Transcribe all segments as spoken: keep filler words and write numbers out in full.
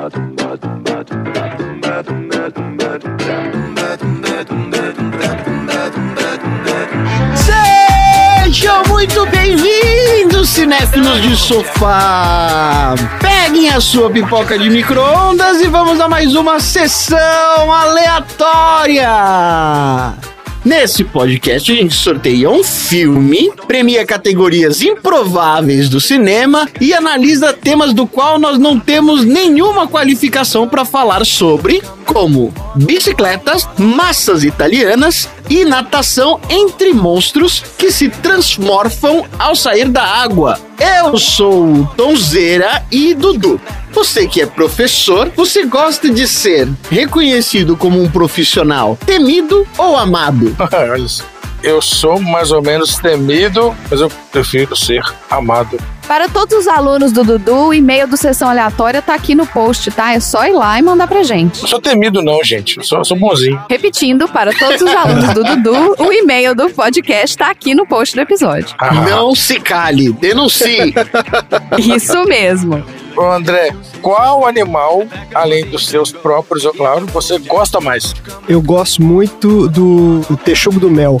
Sejam muito bem-vindos, cinéfilos de sofá! Peguem a sua pipoca de micro-ondas e vamos a mais uma sessão aleatória! Nesse podcast a gente sorteia um filme, premia categorias improváveis do cinema e analisa temas do qual nós não temos nenhuma qualificação para falar sobre, como bicicletas, massas italianas e natação entre monstros que se transmorfam ao sair da água. Eu sou o Tonzeira e Dudu. Você que é professor, você gosta de ser reconhecido como um profissional temido ou amado? Olha, eu sou mais ou menos temido, mas eu prefiro ser amado. Para todos os alunos do Dudu, o e-mail do Sessão Aleatória tá aqui no post, tá? É só ir lá e mandar pra gente. Não sou temido não, gente. Eu sou, eu sou bonzinho. Repetindo, para todos os alunos do Dudu, o e-mail do podcast tá aqui no post do episódio. Ah. Não se cale, denuncie. Isso mesmo. Ô André, qual animal, além dos seus próprios, eu claro, você gosta mais? Eu gosto muito do, do texugo do mel.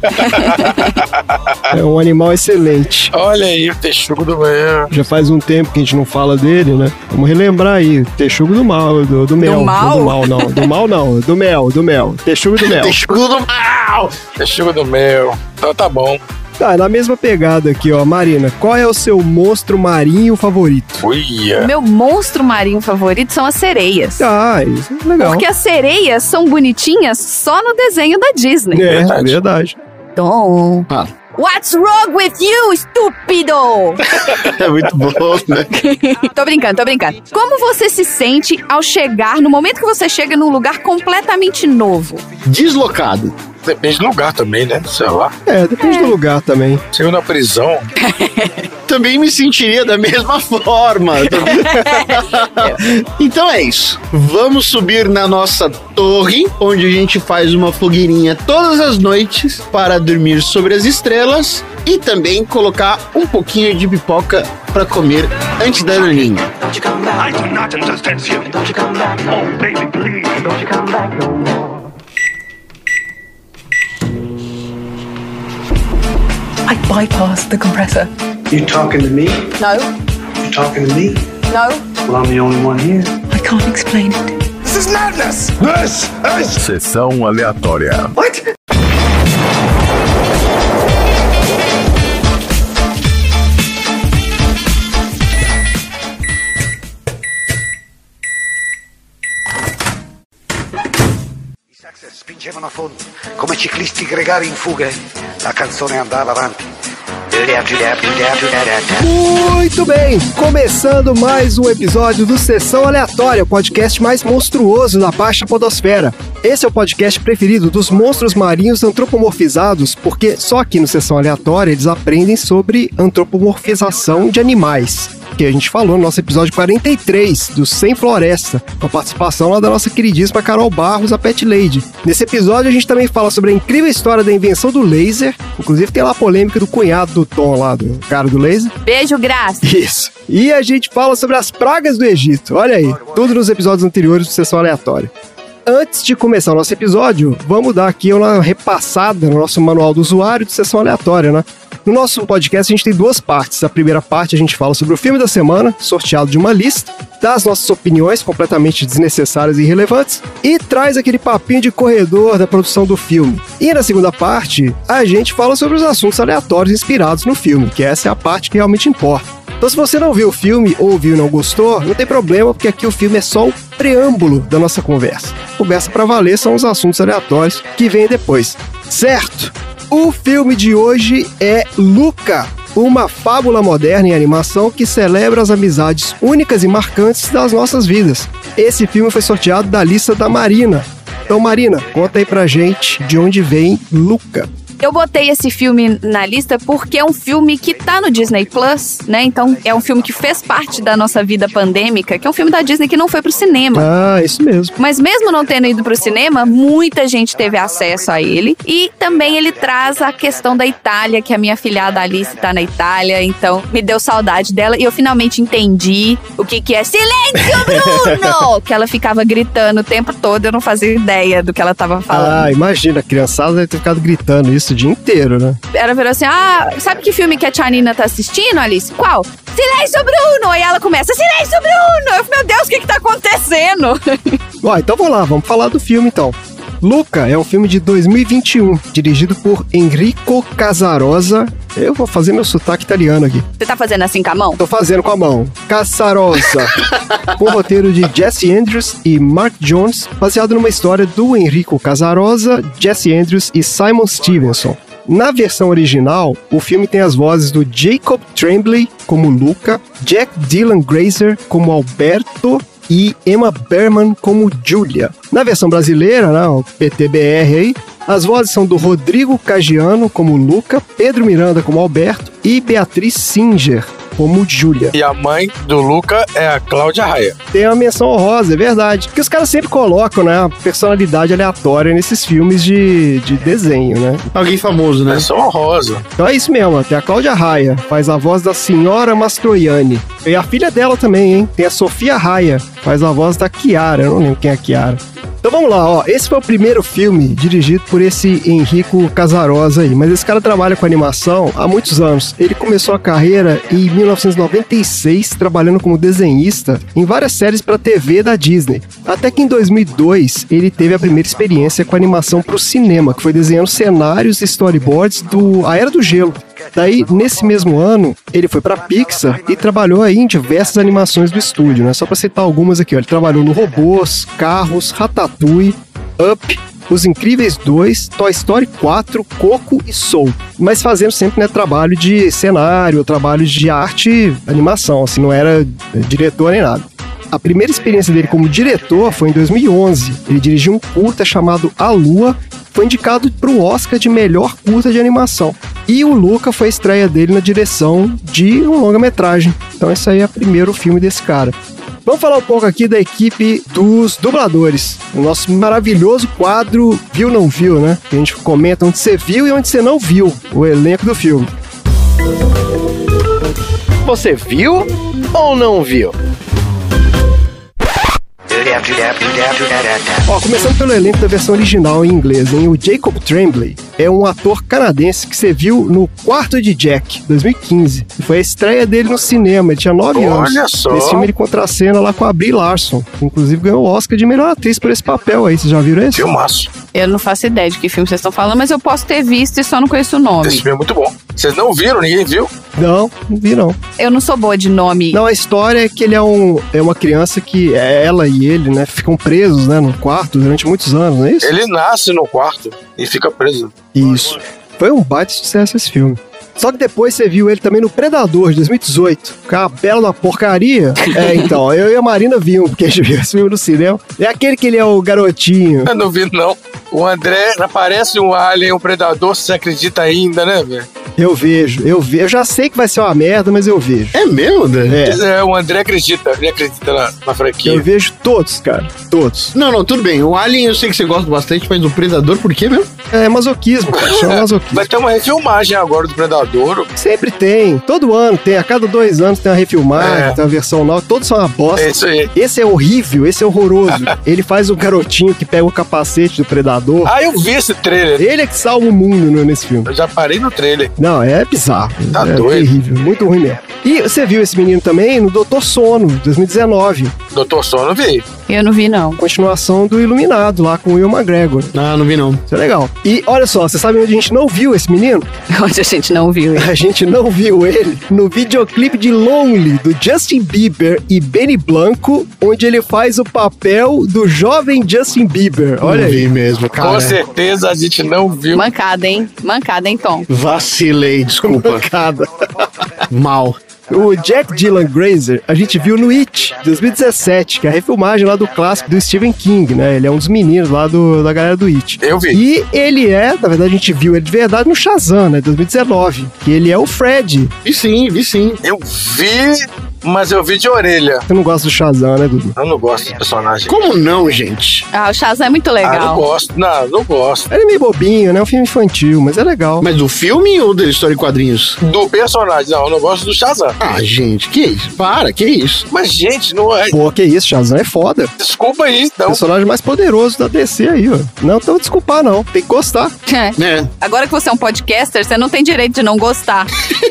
É um animal excelente. Olha aí, o texugo do mel. Já faz um tempo que a gente não fala dele, né? Vamos relembrar aí. Texugo do mal, do, do mel. Do mal? Não, do mal, não. Do mal, não. Do mel, do mel. Texugo do mel. Texugo do mal! Texugo do mel. Então tá bom. Tá, na mesma pegada aqui, ó. Marina, qual é o seu monstro marinho favorito? Uia. Meu monstro marinho favorito são as sereias. Ah, isso é legal. Porque as sereias são bonitinhas só no desenho da Disney. É, Verdade. verdade. Tom. Ah. What's wrong with you, estúpido? É muito bom, né? Tô brincando, tô brincando. Como você se sente ao chegar, no momento que você chega num lugar completamente novo? Deslocado. Depende do lugar também, né? Sei lá. É, depende É. do lugar também. Chegou na prisão. Também me sentiria da mesma forma. Então é isso. Vamos subir na nossa torre, onde a gente faz uma fogueirinha todas as noites para dormir sobre as estrelas e também colocar um pouquinho de pipoca para comer antes da naninha. I do not understand you. Oh, baby, please. Don't you come back no more. I bypassed the compressor. You talking to me? No, You talking to me? no, Well, I'm the only one here. I can't explain it. This is madness. This is... Sessão aleatória. What? I sax spingevano a fondo come ciclisti gregari in fuga. La canzone andava avanti. Muito bem, começando mais um episódio do Sessão Aleatória, o podcast mais monstruoso da baixa podosfera. Esse é o podcast preferido dos monstros marinhos antropomorfizados, porque só aqui no Sessão Aleatória eles aprendem sobre antropomorfização de animais, que a gente falou no nosso episódio quarenta e três, do Sem Floresta, com a participação lá da nossa queridíssima Carol Barros, a Pet Lady. Nesse episódio a gente também fala sobre a incrível história da invenção do laser, inclusive tem lá a polêmica do cunhado do Tom lá, do cara do laser. Beijo, Graça. Isso. E a gente fala sobre as pragas do Egito. Olha aí, tudo nos episódios anteriores do Sessão Aleatória. Antes de começar o nosso episódio, vamos dar aqui uma repassada no nosso manual do usuário de Sessão Aleatória, né? No nosso podcast a gente tem duas partes. A primeira parte a gente fala sobre o filme da semana, sorteado de uma lista, dá as nossas opiniões completamente desnecessárias e irrelevantes e traz aquele papinho de corredor da produção do filme. E na segunda parte, a gente fala sobre os assuntos aleatórios inspirados no filme, que essa é a parte que realmente importa. Então se você não viu o filme ou viu e não gostou, não tem problema, porque aqui o filme é só o preâmbulo da nossa conversa. Conversa pra valer são os assuntos aleatórios que vêm depois. Certo? O filme de hoje é Luca, uma fábula moderna em animação que celebra as amizades únicas e marcantes das nossas vidas. Esse filme foi sorteado da lista da Marina. Então, Marina, conta aí pra gente de onde vem Luca. Eu botei esse filme na lista porque é um filme que tá no Disney Plus, né? Então, é um filme que fez parte da nossa vida pandêmica, que é um filme da Disney que não foi pro cinema. Ah, isso mesmo. Mas mesmo não tendo ido pro cinema, muita gente teve acesso a ele. E também ele traz a questão da Itália, que a minha filhada Alice tá na Itália, então me deu saudade dela. E eu finalmente entendi o que que é Silêncio, Bruno! Que ela ficava gritando o tempo todo, eu não fazia ideia do que ela tava falando. Ah, imagina, a criançada deve ter ficado gritando isso o dia inteiro, né? Ela virou assim, ah, sabe que filme que a tia Nina tá assistindo, Alice? Qual? Silêncio, Bruno! E ela começa, Silêncio, Bruno! Eu, meu Deus, o que que tá acontecendo? Ó, então vamos lá, vamos falar do filme então. Luca é um filme de dois mil e vinte e um, dirigido por Enrico Casarosa. Eu vou fazer meu sotaque italiano aqui. Você tá fazendo assim com a mão? Tô fazendo com a mão. Casarosa. Com o roteiro de Jesse Andrews e Mark Jones, baseado numa história do Enrico Casarosa, Jesse Andrews e Simon Stevenson. Na versão original, o filme tem as vozes do Jacob Tremblay como Luca, Jack Dylan Grazer como Alberto e Emma Berman como Julia. Na versão brasileira, né, o P T B R aí, as vozes são do Rodrigo Caggiano como Luca, Pedro Miranda como Alberto e Beatriz Singer como Julia. E a mãe do Luca é a Cláudia Raia. Tem uma menção honrosa, é verdade. Porque os caras sempre colocam, né, a personalidade aleatória nesses filmes de, de desenho, né? Alguém famoso, né? Menção honrosa. Então é isso mesmo, tem a Cláudia Raia, faz a voz da senhora Mastroianni. E a filha dela também, hein? Tem a Sofia Raia, faz a voz da Chiara, eu não lembro quem é a Chiara. Então vamos lá, ó. Esse foi o primeiro filme dirigido por esse Enrico Casarosa aí, mas esse cara trabalha com animação há muitos anos. Ele começou a carreira em mil novecentos e noventa e seis, trabalhando como desenhista em várias séries para T V da Disney. Até que em dois mil e dois, ele teve a primeira experiência com animação para o cinema, que foi desenhando cenários e storyboards do A Era do Gelo. Daí, nesse mesmo ano, ele foi pra Pixar e trabalhou aí em diversas animações do estúdio, né? Só pra citar algumas aqui, ó. Ele trabalhou no Robôs, Carros, Ratatouille, Up, Os Incríveis dois, Toy Story quatro, Coco e Soul. Mas fazendo sempre, né, trabalho de cenário, trabalho de arte, animação, assim, não era diretor nem nada. A primeira experiência dele como diretor foi em dois mil e onze. Ele dirigiu um curta chamado A Lua, foi indicado para o Oscar de melhor curta de animação. E o Luca foi a estreia dele na direção de um longa-metragem. Então esse aí é o primeiro filme desse cara. Vamos falar um pouco aqui da equipe dos dubladores. O nosso maravilhoso quadro Viu Não Viu, né? Que a gente comenta onde você viu e onde você não viu o elenco do filme. Você viu ou não viu? Ó, começando pelo elenco da versão original em inglês, hein? O Jacob Tremblay é um ator canadense que você viu no Quarto de Jack, dois mil e quinze. E foi a estreia dele no cinema, ele tinha nove anos. Olha só! Nesse filme ele contracena lá com a Brie Larson, que inclusive ganhou o Oscar de melhor atriz por esse papel aí, vocês já viram esse? Filmaço. Eu não faço ideia de que filme vocês estão falando, mas eu posso ter visto e só não conheço o nome. Esse filme é muito bom. Vocês não viram? Ninguém viu? Não, não vi não. Eu não sou boa de nome. Não, a história é que ele é, um, é uma criança que ela e ele, né, ficam presos, né, no quarto durante muitos anos, não é isso? Ele nasce no quarto e fica preso. Isso. Foi um baita sucesso esse filme. Só que depois você viu ele também no Predador, de dois mil e dezoito. Que é uma bela da porcaria. É, então, eu e a Marina vimos, porque a gente viu esse filme no cinema. É aquele que ele é o garotinho. Eu não vi, não. O André, aparece um alien, um predador, você acredita ainda, né, velho? Eu vejo, eu vejo. Eu já sei que vai ser uma merda, mas eu vejo. É mesmo, André? É. É, o André acredita, ele acredita na, na franquia. Eu vejo todos, cara. Todos. Não, não, tudo bem. O Alien eu sei que você gosta bastante, mas o Predador, por quê mesmo? É masoquismo, cara. Chama masoquismo. Vai ter uma refilmagem agora do Predador. Sempre tem. Todo ano tem. A cada dois anos tem uma refilmagem, É. tem uma versão nova. Todos são uma bosta. É isso aí. Esse é horrível, esse é horroroso. Ele faz o garotinho que pega o capacete do Predador. Ah, eu vi esse trailer. Ele é que salva o mundo no- nesse filme. Eu já parei no trailer. Não, é bizarro. Tá é doido. terrível, muito ruim mesmo. E você viu esse menino também no Doutor Sono, dois mil e dezenove. Doutor Sono, eu vi. Eu não vi, não. Continuação do Iluminado, lá com o Will McGregor. Ah, não vi não. Isso é legal. E olha só, você sabe onde a gente não viu esse menino? Onde a gente não viu. A gente não viu ele no videoclipe de Lonely, do Justin Bieber e Benny Blanco, onde ele faz o papel do jovem Justin Bieber. Olha não aí. vi mesmo, cara. Com certeza a gente não viu. Mancada, hein? Mancada, hein, Tom? Vacilei, desculpa. Cada. Mal. O Jack Dylan Grazer, a gente viu no It, dois mil e dezessete, que é a refilmagem lá do clássico do Stephen King, né? Ele é um dos meninos lá do, da galera do It. Eu vi. E ele é, na verdade, a gente viu ele de verdade no Shazam, né? dois mil e dezenove, que ele é o Fred. Vi sim, vi sim. Eu vi, mas eu vi de orelha. Você não gosta do Shazam, né, Dudu? Eu não gosto do personagem. Como não, gente? Ah, o Shazam é muito Ah, legal. não gosto. Não, não gosto. Ele é meio bobinho, né? É um filme infantil, mas é legal. Mas do filme ou da história em quadrinhos? Do personagem, não, eu não gosto do Shazam. Ah, gente, que isso? Para, que isso? Mas, gente, não é. Pô, que isso, Shazam é foda. Desculpa aí, O não. personagem mais poderoso da D C aí, ó. Não, então desculpar não, tem que gostar. É. É. Agora que você é um podcaster, você não tem direito de não gostar.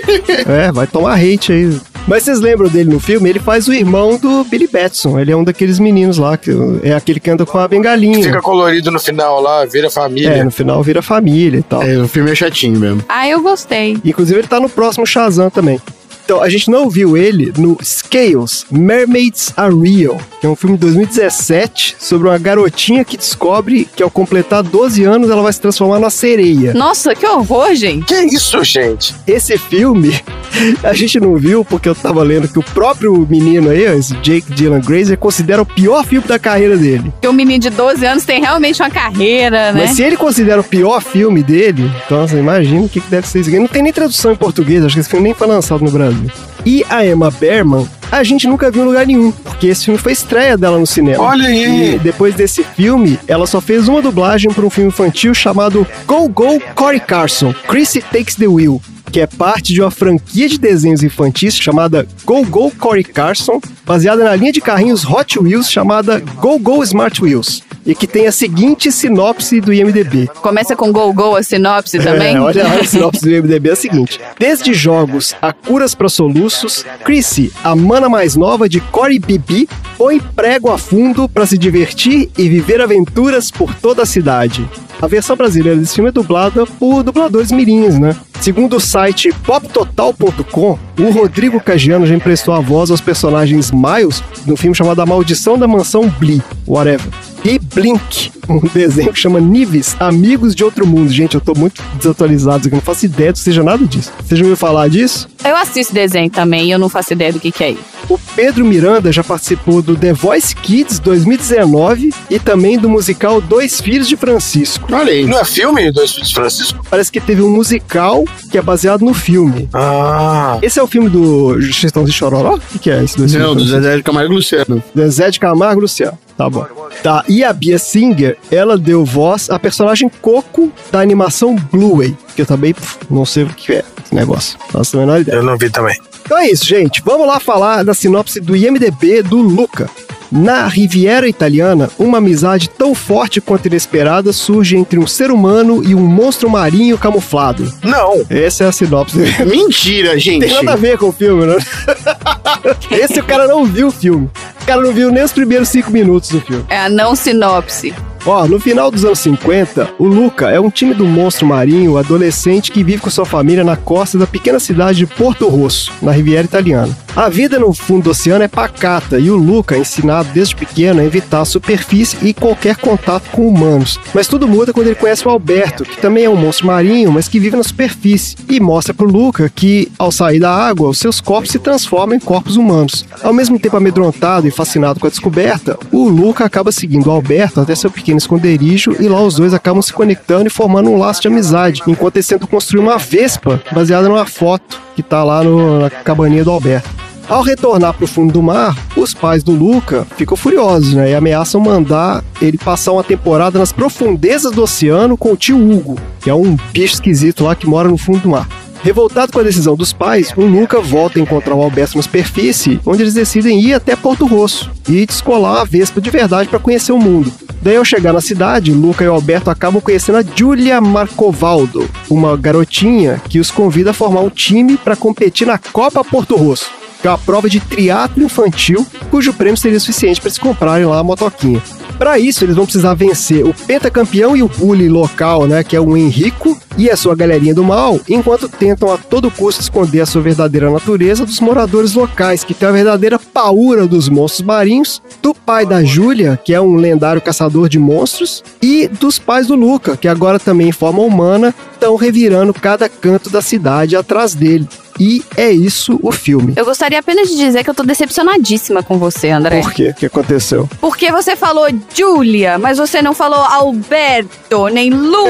É, vai tomar hate aí. Mas vocês lembram dele no filme? Ele faz o irmão do Billy Batson. Ele é um daqueles meninos lá, que é aquele que anda com a bengalinha. Fica colorido no final lá, vira família. É, no final vira família e tal. É, o filme é chatinho mesmo. Ah, eu gostei. Inclusive ele tá no próximo Shazam também. Então, a gente não viu ele no Scales, Mermaids Are Real, que é um filme de dois mil e dezessete sobre uma garotinha que descobre que ao completar doze anos ela vai se transformar numa sereia. Nossa, que horror, gente. Que isso, gente? Esse filme a gente não viu porque eu tava lendo que o próprio menino aí, esse Jake Dylan Grazer, considera o pior filme da carreira dele. Porque um menino de doze anos tem realmente uma carreira, né? Mas se ele considera o pior filme dele, então você imagina o que, que deve ser isso aqui. Não tem nem tradução em português, acho que esse filme nem foi lançado no Brasil. E a Emma Berman, a gente nunca viu em lugar nenhum, porque esse filme foi estreia dela no cinema. Olha aí. E depois desse filme, ela só fez uma dublagem para um filme infantil chamado Go Go Cory Carson, Chrissy Takes the Wheel, que é parte de uma franquia de desenhos infantis chamada Go Go Cory Carson, baseada na linha de carrinhos Hot Wheels chamada Go Go Smart Wheels, e que tem a seguinte sinopse do I M D B. Começa com Go Go a sinopse também? É, olha a sinopse do I M D B é a seguinte. Desde jogos a curas para soluços, Chrissy, a mana mais nova de Cory Bibi, põe prego a fundo para se divertir e viver aventuras por toda a cidade. A versão brasileira desse filme é dublada por dubladores mirins, né? Segundo o site pop total ponto com, o Rodrigo Caggiano já emprestou a voz aos personagens Miles no filme chamado A Maldição da Mansão Blee, whatever. E Blink, um desenho que chama Nives, Amigos de Outro Mundo. Gente, eu tô muito desatualizado aqui, não faço ideia de que seja nada disso. Você já ouviu falar disso? Eu assisto desenho também e eu não faço ideia do que, que é isso. O Pedro Miranda já participou do The Voice Kids dois mil e dezenove e também do musical Dois Filhos de Francisco. Olha aí. Não é filme, Dois Filhos de Francisco? Parece que teve um musical que é baseado no filme. Ah. Esse é o filme do Chitão de Chororó? O que, que é esse? Dois Não, Filhos de do Zezé de Camargo e Luciano. Zezé de Camargo e Luciano. Tá bom. Tá, e a Bia Singer, ela deu voz à personagem Coco da animação Bluey, que eu também pff, não sei o que é esse negócio. Nossa, a menor ideia. Eu não vi também. Então é isso, gente. Vamos lá falar da sinopse do I M D B do Luca. Na Riviera Italiana, uma amizade tão forte quanto inesperada surge entre um ser humano e um monstro marinho camuflado. Não. Essa é a sinopse. Mentira, gente. Tem nada a ver com o filme, né? Esse o cara não viu o filme. O cara não viu nem os primeiros cinco minutos do filme. É a não sinopse. Ó, no final dos anos cinquenta, o Luca é um tímido monstro marinho adolescente que vive com sua família na costa da pequena cidade de Porto Rosso, na Riviera Italiana. A vida no fundo do oceano é pacata e o Luca é ensinado desde pequeno a evitar a superfície e qualquer contato com humanos. Mas tudo muda quando ele conhece o Alberto, que também é um monstro marinho, mas que vive na superfície, e mostra pro Luca que, ao sair da água, os seus corpos se transformam em corpos humanos. Ao mesmo tempo amedrontado e fascinado com a descoberta, o Luca acaba seguindo o Alberto até seu pequeno esconderijo e lá os dois acabam se conectando e formando um laço de amizade, enquanto eles tentam construir uma Vespa baseada numa foto que tá lá no, na cabaninha do Alberto. Ao retornar para o fundo do mar, os pais do Luca ficam furiosos, né, e ameaçam mandar ele passar uma temporada nas profundezas do oceano com o tio Hugo, que é um bicho esquisito lá que mora no fundo do mar. Revoltado com a decisão dos pais, o Luca volta a encontrar o Alberto na superfície, onde eles decidem ir até Porto Rosso e descolar a Vespa de verdade para conhecer o mundo. Daí, ao chegar na cidade, Luca e o Alberto acabam conhecendo a Giulia Marcovaldo, uma garotinha que os convida a formar um time para competir na Copa Porto Rosso, que é uma prova de triatlo infantil, cujo prêmio seria suficiente para eles comprarem lá a motoquinha. Para isso, eles vão precisar vencer o pentacampeão e o bully local, né, que é o Henrico, e a sua galerinha do mal, enquanto tentam a todo custo esconder a sua verdadeira natureza dos moradores locais, que tem a verdadeira paura dos monstros marinhos, do pai da Júlia, que é um lendário caçador de monstros, e dos pais do Luca, que agora também em forma humana, estão revirando cada canto da cidade atrás dele. E é isso o filme. Eu gostaria apenas de dizer que eu tô decepcionadíssima com você, André. Por quê? O que aconteceu? Porque você falou Julia, mas você não falou Alberto, nem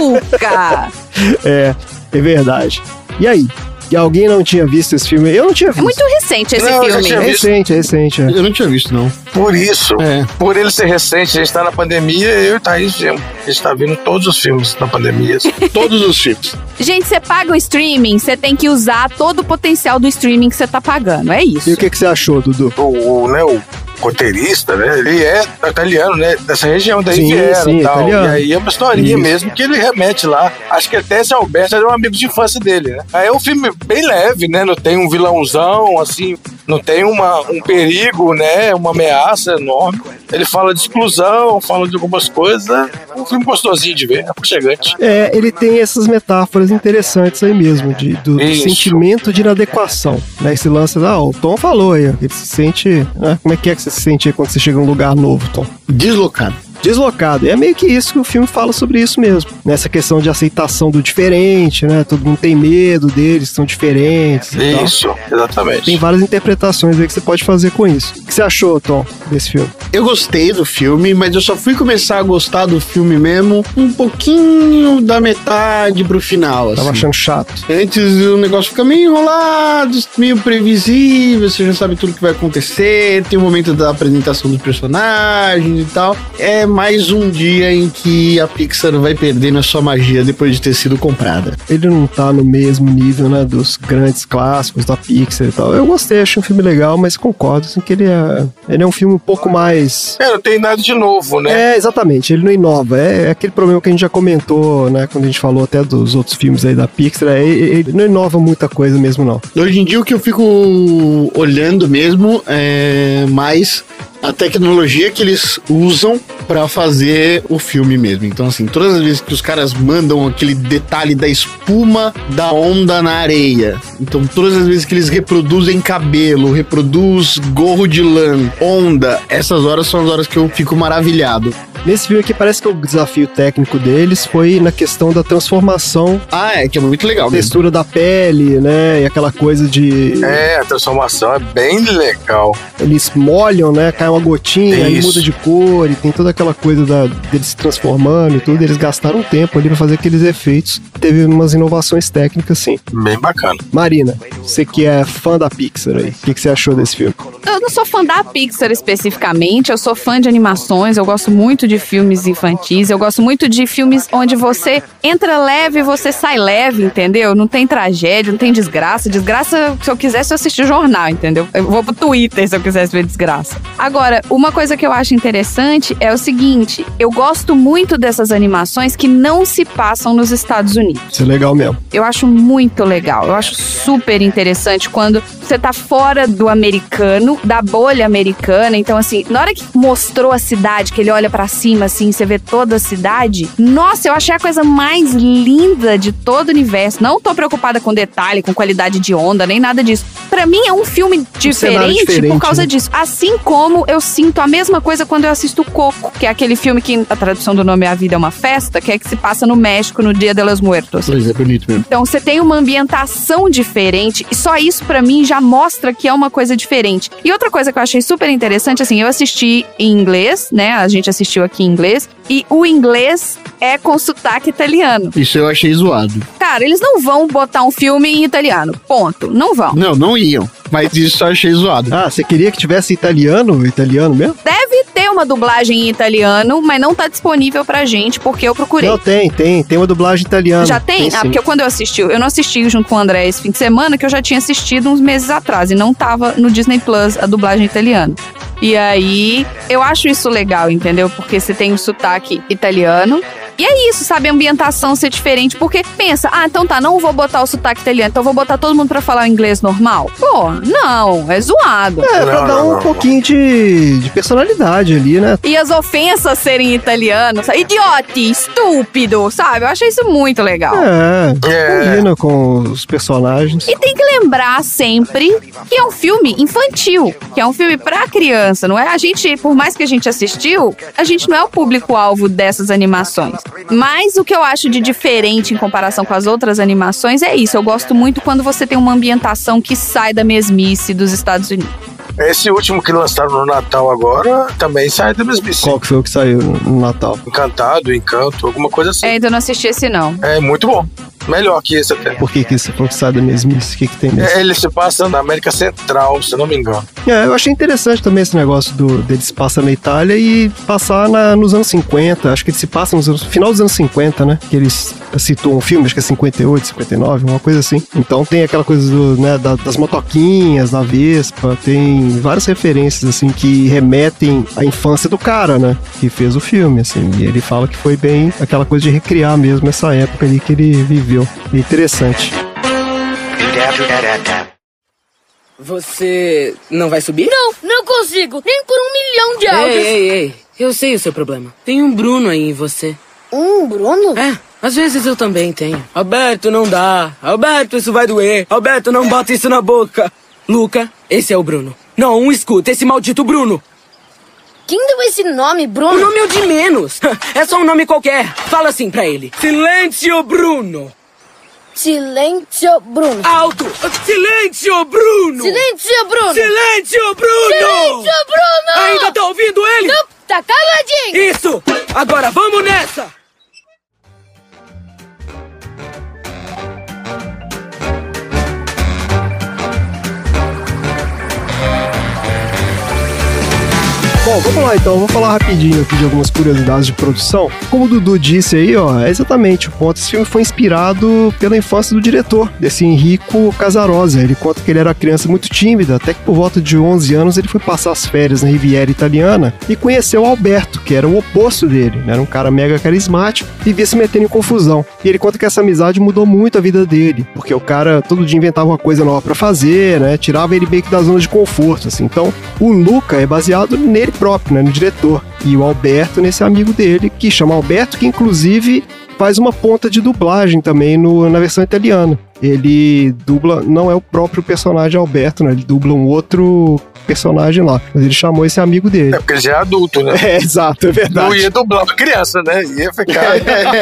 Luca. É, é verdade. E aí? E alguém não tinha visto esse filme? Eu não tinha visto. É muito recente esse Não, eu já filme. tinha É recente, é recente. É. Eu não tinha visto, não. Por isso, É. por ele ser recente, a gente tá na pandemia, eu e Thaís vimos. A gente tá vendo todos os filmes na pandemia. Todos os filmes. Gente, você paga o streaming, você tem que usar todo o potencial do streaming que você tá pagando. É isso. E o que, que você achou, Dudu? O, o, né, o roteirista, né, ele é italiano, né, dessa região, daí Sim, vieram sim, e tal. italiano. E aí é uma historinha Isso. mesmo que ele remete lá. Acho que até esse Alberto era um amigo de infância dele, né. Aí é um filme bem leve, né, não tem um vilãozão, assim, não tem uma, um perigo, né, uma ameaça enorme. Ele fala de exclusão, fala de algumas coisas, é um filme gostosinho de ver, é aconchegante. É, ele tem essas metáforas interessantes aí mesmo, de, do, do Isso. sentimento de inadequação, né? Esse lance, ah, o Tom falou aí, ó, que ele se sente, né? Como é que é que você se sente aí quando você chega num lugar novo, Tom? Deslocado. Deslocado. E é meio que isso que o filme fala sobre isso mesmo. Nessa questão de aceitação do diferente, né? Todo mundo tem medo deles, são diferentes e tal. Isso, exatamente. Tem várias interpretações aí que você pode fazer com isso. O que você achou, Tom, desse filme? Eu gostei do filme, mas eu só fui começar a gostar do filme mesmo um pouquinho da metade pro final, assim. Tava achando chato. Antes o negócio fica meio enrolado, meio previsível, você já sabe tudo que vai acontecer, tem o momento da apresentação dos personagens e tal. É mais um dia em que a Pixar vai perdendo a sua magia depois de ter sido comprada. Ele não tá no mesmo nível, né, dos grandes clássicos da Pixar e tal. Eu gostei, achei um filme legal, mas concordo assim, que ele é, ele é um filme um pouco mais... É, não tem nada de novo, né? É, exatamente, ele não inova. É, é aquele problema que a gente já comentou, né, quando a gente falou até dos outros filmes aí da Pixar, é, ele não inova muita coisa mesmo, não. Hoje em dia o que eu fico olhando mesmo é mais a tecnologia que eles usam pra fazer o filme mesmo. Então, assim, todas as vezes que os caras mandam aquele detalhe da espuma da onda na areia, então todas as vezes que eles reproduzem cabelo, reproduz gorro de lã, onda, essas horas são as horas que eu fico maravilhado. Nesse filme aqui parece que o desafio técnico deles foi na questão da transformação, Ah, é, que é muito legal mesmo. textura da pele, né, e aquela coisa de... É, a transformação é bem legal. Eles molham, né, cai uma gotinha, aí Isso. muda de cor, e tem toda aquela coisa da, deles se transformando e tudo. Eles gastaram tempo ali pra fazer aqueles efeitos. Teve umas inovações técnicas, sim. Bem bacana. Marina, você que é fã da Pixar aí, o que, que você achou desse filme? Eu não sou fã da Pixar especificamente, eu sou fã de animações, eu gosto muito de filmes infantis, eu gosto muito de filmes onde você entra leve e você sai leve, entendeu? Não tem tragédia, não tem desgraça. Desgraça, se eu quisesse, eu assistir o jornal, entendeu? Eu vou pro Twitter se eu quisesse ver desgraça. Agora, uma coisa que eu acho interessante é o seguinte, eu gosto muito dessas animações que não se passam nos Estados Unidos. Isso é legal mesmo. Eu acho muito legal, eu acho super interessante quando você tá fora do americano, da bolha americana. Então, assim, na hora que mostrou a cidade, que ele olha pra cima, assim, você vê toda a cidade, nossa, eu achei a coisa mais linda de todo o universo. Não tô preocupada com detalhe, com qualidade de onda, nem nada disso. Pra mim é um filme diferente, diferente, por causa né? disso. Assim como eu sinto a mesma coisa quando eu assisto Coco, que é aquele filme que a tradução do nome é A Vida é uma Festa, que é que se passa no México no Dia de los Muertos. Pois é, bonito mesmo. Então você tem uma ambientação diferente e só isso pra mim já mostra que é uma coisa diferente. E outra coisa que eu achei super interessante, assim, eu assisti em inglês, né? A gente assistiu aqui em inglês e o inglês é com sotaque italiano. Isso eu achei zoado. Cara, eles não vão botar um filme em italiano. Ponto. Não vão. Não, não iam. Mas isso eu achei zoado. Ah, você queria que tivesse italiano? Italiano mesmo? Deve ter uma dublagem em italiano, mas não tá disponível pra gente porque eu procurei. Não, tem, tem. Tem uma dublagem italiana. Já tem? sim. Ah, porque quando eu assisti, eu não assisti junto com o André esse fim de semana, que eu já tinha assistido uns meses atrás e não tava no Disney Plus a dublagem italiana. E aí, eu acho isso legal, entendeu? Porque você tem o sotaque italiano. E é isso, sabe? A ambientação ser diferente. Porque pensa, ah, então tá, não vou botar o sotaque italiano, então vou botar todo mundo pra falar o inglês normal? Pô, não, é zoado. É, pra Não, dar não, um não. pouquinho de, de personalidade ali, né? E as ofensas serem italianos, sabe? Idiote, estúpido, sabe? Eu achei isso muito legal. É, É. combina com os personagens. E tem que lembrar sempre que é um filme infantil, que é um filme pra criança, não é? A gente, por mais que a gente assistiu, a gente não é o público-alvo dessas animações. Mas o que eu acho de diferente em comparação com as outras animações é isso. Eu gosto muito quando você tem uma ambientação que sai da mesmice dos Estados Unidos. Esse último que lançaram no Natal agora também sai da mesmice. Qual que foi o que saiu no Natal? Encantado, Encanto, alguma coisa assim. É, então eu não assisti esse não. É muito bom. Melhor que esse até. Por que que você falou que sai da mesmice? O que que tem nesse? É, ele se passa na América Central, se eu não me engano. É, eu achei interessante também esse negócio do, dele se passar na Itália e passar na, nos anos cinquenta. Acho que ele se passa nos anos, final dos anos cinquenta, né? Que eles citou um filme, acho que é cinquenta e oito, cinquenta e nove, uma coisa assim. Então tem aquela coisa do, né, da, das motoquinhas, da Vespa, tem várias referências, assim, que remetem à infância do cara, né? Que fez o filme, assim. E ele fala que foi bem aquela coisa de recriar mesmo essa época ali que ele viveu. É interessante. Você não vai subir? Não, não consigo, nem por um milhão de algas. Ei, ei, ei, eu sei o seu problema. Tem um Bruno aí em você. Um Bruno? É, às vezes eu também tenho. Alberto, não dá. Alberto, isso vai doer. Alberto, não bota isso na boca. Luca, esse é o Bruno. Não, escuta, esse maldito Bruno. Quem deu esse nome, Bruno? O nome é o de menos. É só um nome qualquer. Fala assim pra ele. Silêncio, Bruno. Silêncio, Bruno. Alto! Silêncio, Bruno! Silêncio, Bruno! Silêncio, Bruno! Silêncio, Bruno! Ainda tá ouvindo ele? Não, tá caladinho! Isso! Agora vamos nessa! Bom, vamos lá então, vou falar rapidinho aqui de algumas curiosidades de produção. Como o Dudu disse aí, ó, é exatamente o ponto. Esse filme foi inspirado pela infância do diretor, desse Enrico Casarosa. Ele conta que ele era criança muito tímida, até que por volta de onze anos ele foi passar as férias na Riviera Italiana e conheceu o Alberto, que era o oposto dele, né? Era um cara mega carismático, vivia se metendo em confusão. E ele conta que essa amizade mudou muito a vida dele, porque o cara todo dia inventava uma coisa nova pra fazer, né? Tirava ele meio que da zona de conforto, assim. Então, o Luca é baseado nele próprio, né, no diretor, e o Alberto nesse amigo dele, que chama Alberto, que inclusive faz uma ponta de dublagem também no, na versão italiana. Ele dubla, não é o próprio personagem Alberto, né, ele dubla um outro personagem lá, mas ele chamou esse amigo dele. É porque ele já é adulto, né? É, exato, é verdade. Não ia dublar uma criança, né? Ia ficar...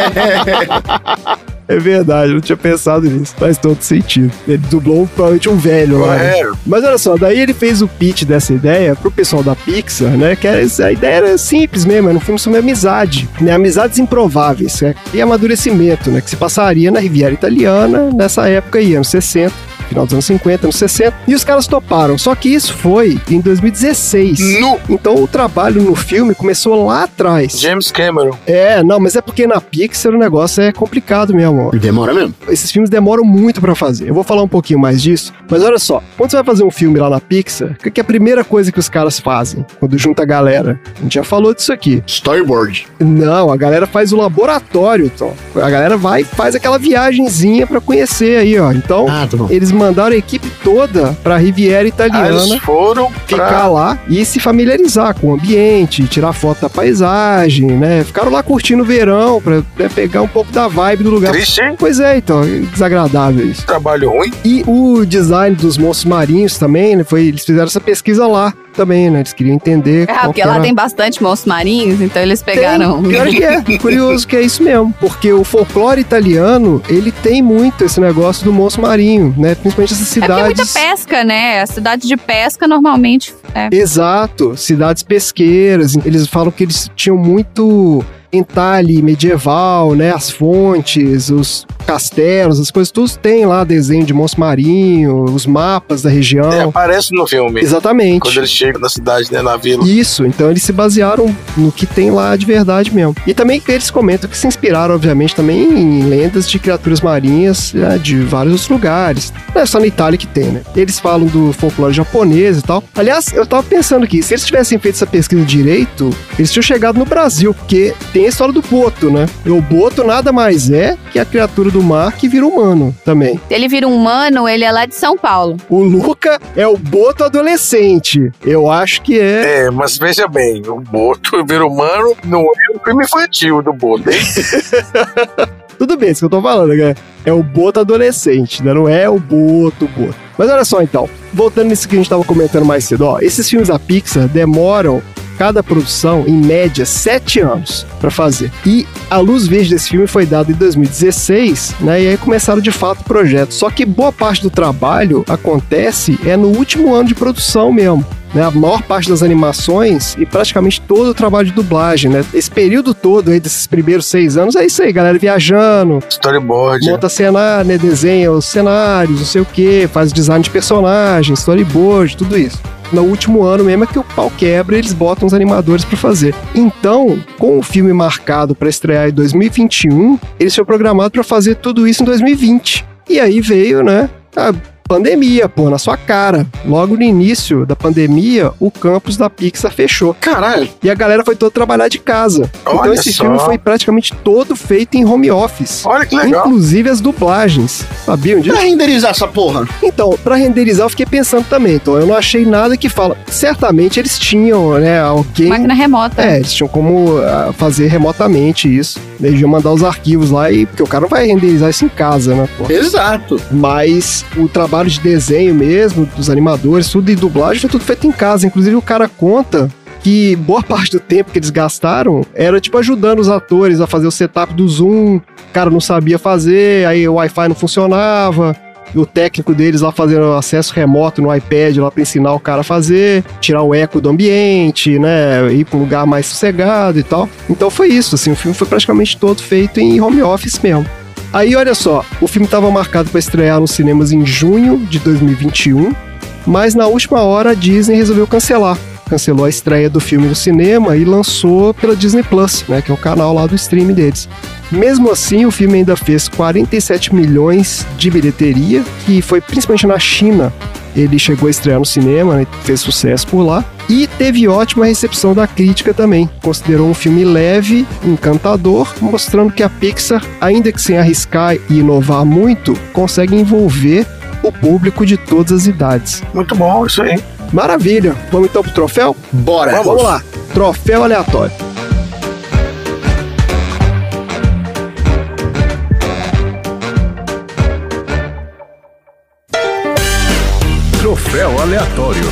É verdade, eu não tinha pensado nisso. Faz todo sentido. Ele dublou provavelmente um velho lá. É. Né? Mas olha só, daí ele fez o pitch dessa ideia pro pessoal da Pixar, né? Que era, a ideia era simples mesmo, era um filme sobre amizade, né? Amizades improváveis, né? E amadurecimento, né? Que se passaria na Riviera Italiana nessa época aí, anos sessenta. Final dos anos cinquenta, anos sessenta, e os caras toparam. Só que isso foi em dois mil e dezesseis. No. Então o trabalho no filme começou lá atrás. James Cameron. É, não, mas é porque na Pixar o negócio é complicado mesmo. Ó. Demora mesmo. Esses filmes demoram muito pra fazer. Eu vou falar um pouquinho mais disso, mas olha só, quando você vai fazer um filme lá na Pixar, o que é a primeira coisa que os caras fazem quando junta a galera? A gente já falou disso aqui. Storyboard. Não, a galera faz o laboratório, Tom. A galera vai e faz aquela viagenzinha pra conhecer aí, ó. Então, ah, tá bom. Eles mandaram a equipe toda pra Riviera Italiana. Ah, eles foram ficar pra... lá e se familiarizar com o ambiente, tirar foto da paisagem, né? Ficaram lá curtindo o verão pra, né, pegar um pouco da vibe do lugar. Triste, hein? Pois é, então, desagradável isso. Trabalho ruim. E o design dos monstros marinhos também, né? Foi, eles fizeram essa pesquisa lá também, né? Eles queriam entender. É, porque lá era... tem bastante monstros marinhos, então eles pegaram. Tem, pior que é, curioso que é isso mesmo. Porque o folclore italiano, ele tem muito esse negócio do monstro marinho, né? Principalmente essas cidades. É muita pesca, né? A cidade de pesca normalmente é. Exato, cidades pesqueiras. Eles falam que eles tinham muito entalhe medieval, né? As fontes, os castelos, as coisas, todos tem lá desenho de monstro marinho, os mapas da região. É, aparece no filme. Exatamente. Quando eles chegam na cidade, né, na vila. Isso, então eles se basearam no que tem lá de verdade mesmo. E também eles comentam que se inspiraram, obviamente, também em lendas de criaturas marinhas, né, de vários outros lugares. Não é só na Itália que tem, né? Eles falam do folclore japonês e tal. Aliás, eu tava pensando aqui, se eles tivessem feito essa pesquisa direito, eles tinham chegado no Brasil, porque tem a história do boto, né? E o boto nada mais é que a criatura do mar que vira humano também. Ele vira humano, ele é lá de São Paulo. O Luca é o boto adolescente. Eu acho que é. É, mas veja bem, o boto vira humano não é o filme infantil do boto, hein? Tudo bem, isso que eu tô falando, né? É o boto adolescente, né? Não é o boto, boto. Mas olha só, então. Voltando nisso que a gente tava comentando mais cedo, ó. Esses filmes da Pixar demoram cada produção, em média, sete anos pra fazer. E a luz verde desse filme foi dada em dois mil e dezesseis, né? E aí começaram de fato o projeto. Só que boa parte do trabalho acontece é no último ano de produção mesmo. Né, a maior parte das animações e praticamente todo o trabalho de dublagem, né? Esse período todo aí, desses primeiros seis anos, é isso aí, galera viajando. Storyboard. Monta cenário, né? Desenha os cenários, não sei o que, faz design de personagem, storyboard, tudo isso. No último ano mesmo é que o pau quebra e eles botam os animadores pra fazer. Então, com o filme marcado pra estrear em dois mil e vinte e um, eles foram programados pra fazer tudo isso em dois mil e vinte. E aí veio, né? A pandemia, pô, na sua cara. Logo no início da pandemia, o campus da Pixar fechou. Caralho. E a galera foi toda trabalhar de casa. Olha então esse só. filme foi praticamente todo feito em home office. Olha que legal. Inclusive as dublagens. Sabiam disso? Pra renderizar essa porra. Então, pra renderizar eu fiquei pensando também. Então, eu não achei nada que fala. Certamente eles tinham, né, alguém... Máquina remota. É, eles tinham como uh, fazer remotamente isso. Eles iam mandar os arquivos lá e... Porque o cara não vai renderizar isso em casa, né, pô? Exato. Mas o trabalho de desenho mesmo, dos animadores, tudo e dublagem, foi tudo feito em casa. Inclusive o cara conta que boa parte do tempo que eles gastaram era tipo ajudando os atores a fazer o setup do Zoom. O cara não sabia fazer, aí o Wi-Fi não funcionava. E o técnico deles lá fazendo acesso remoto no iPad lá pra ensinar o cara a fazer, tirar o eco do ambiente, né, ir pra um lugar mais sossegado e tal. Então foi isso, assim, o filme foi praticamente todo feito em home office mesmo. Aí, olha só, o filme estava marcado para estrear nos cinemas em junho de dois mil e vinte e um, mas na última hora a Disney resolveu cancelar. Cancelou a estreia do filme no cinema e lançou pela Disney Plus, né, que é o canal lá do streaming deles. Mesmo assim, o filme ainda fez quarenta e sete milhões de bilheteria, que foi principalmente na China. Ele chegou a estrear no cinema, né, fez sucesso por lá. E teve ótima recepção da crítica também. Considerou um filme leve, encantador, mostrando que a Pixar, ainda que sem arriscar e inovar muito, consegue envolver o público de todas as idades. Muito bom, isso aí. Maravilha. Vamos então pro troféu? Bora. Vamos, Vamos lá. Troféu aleatório. Troféu aleatório.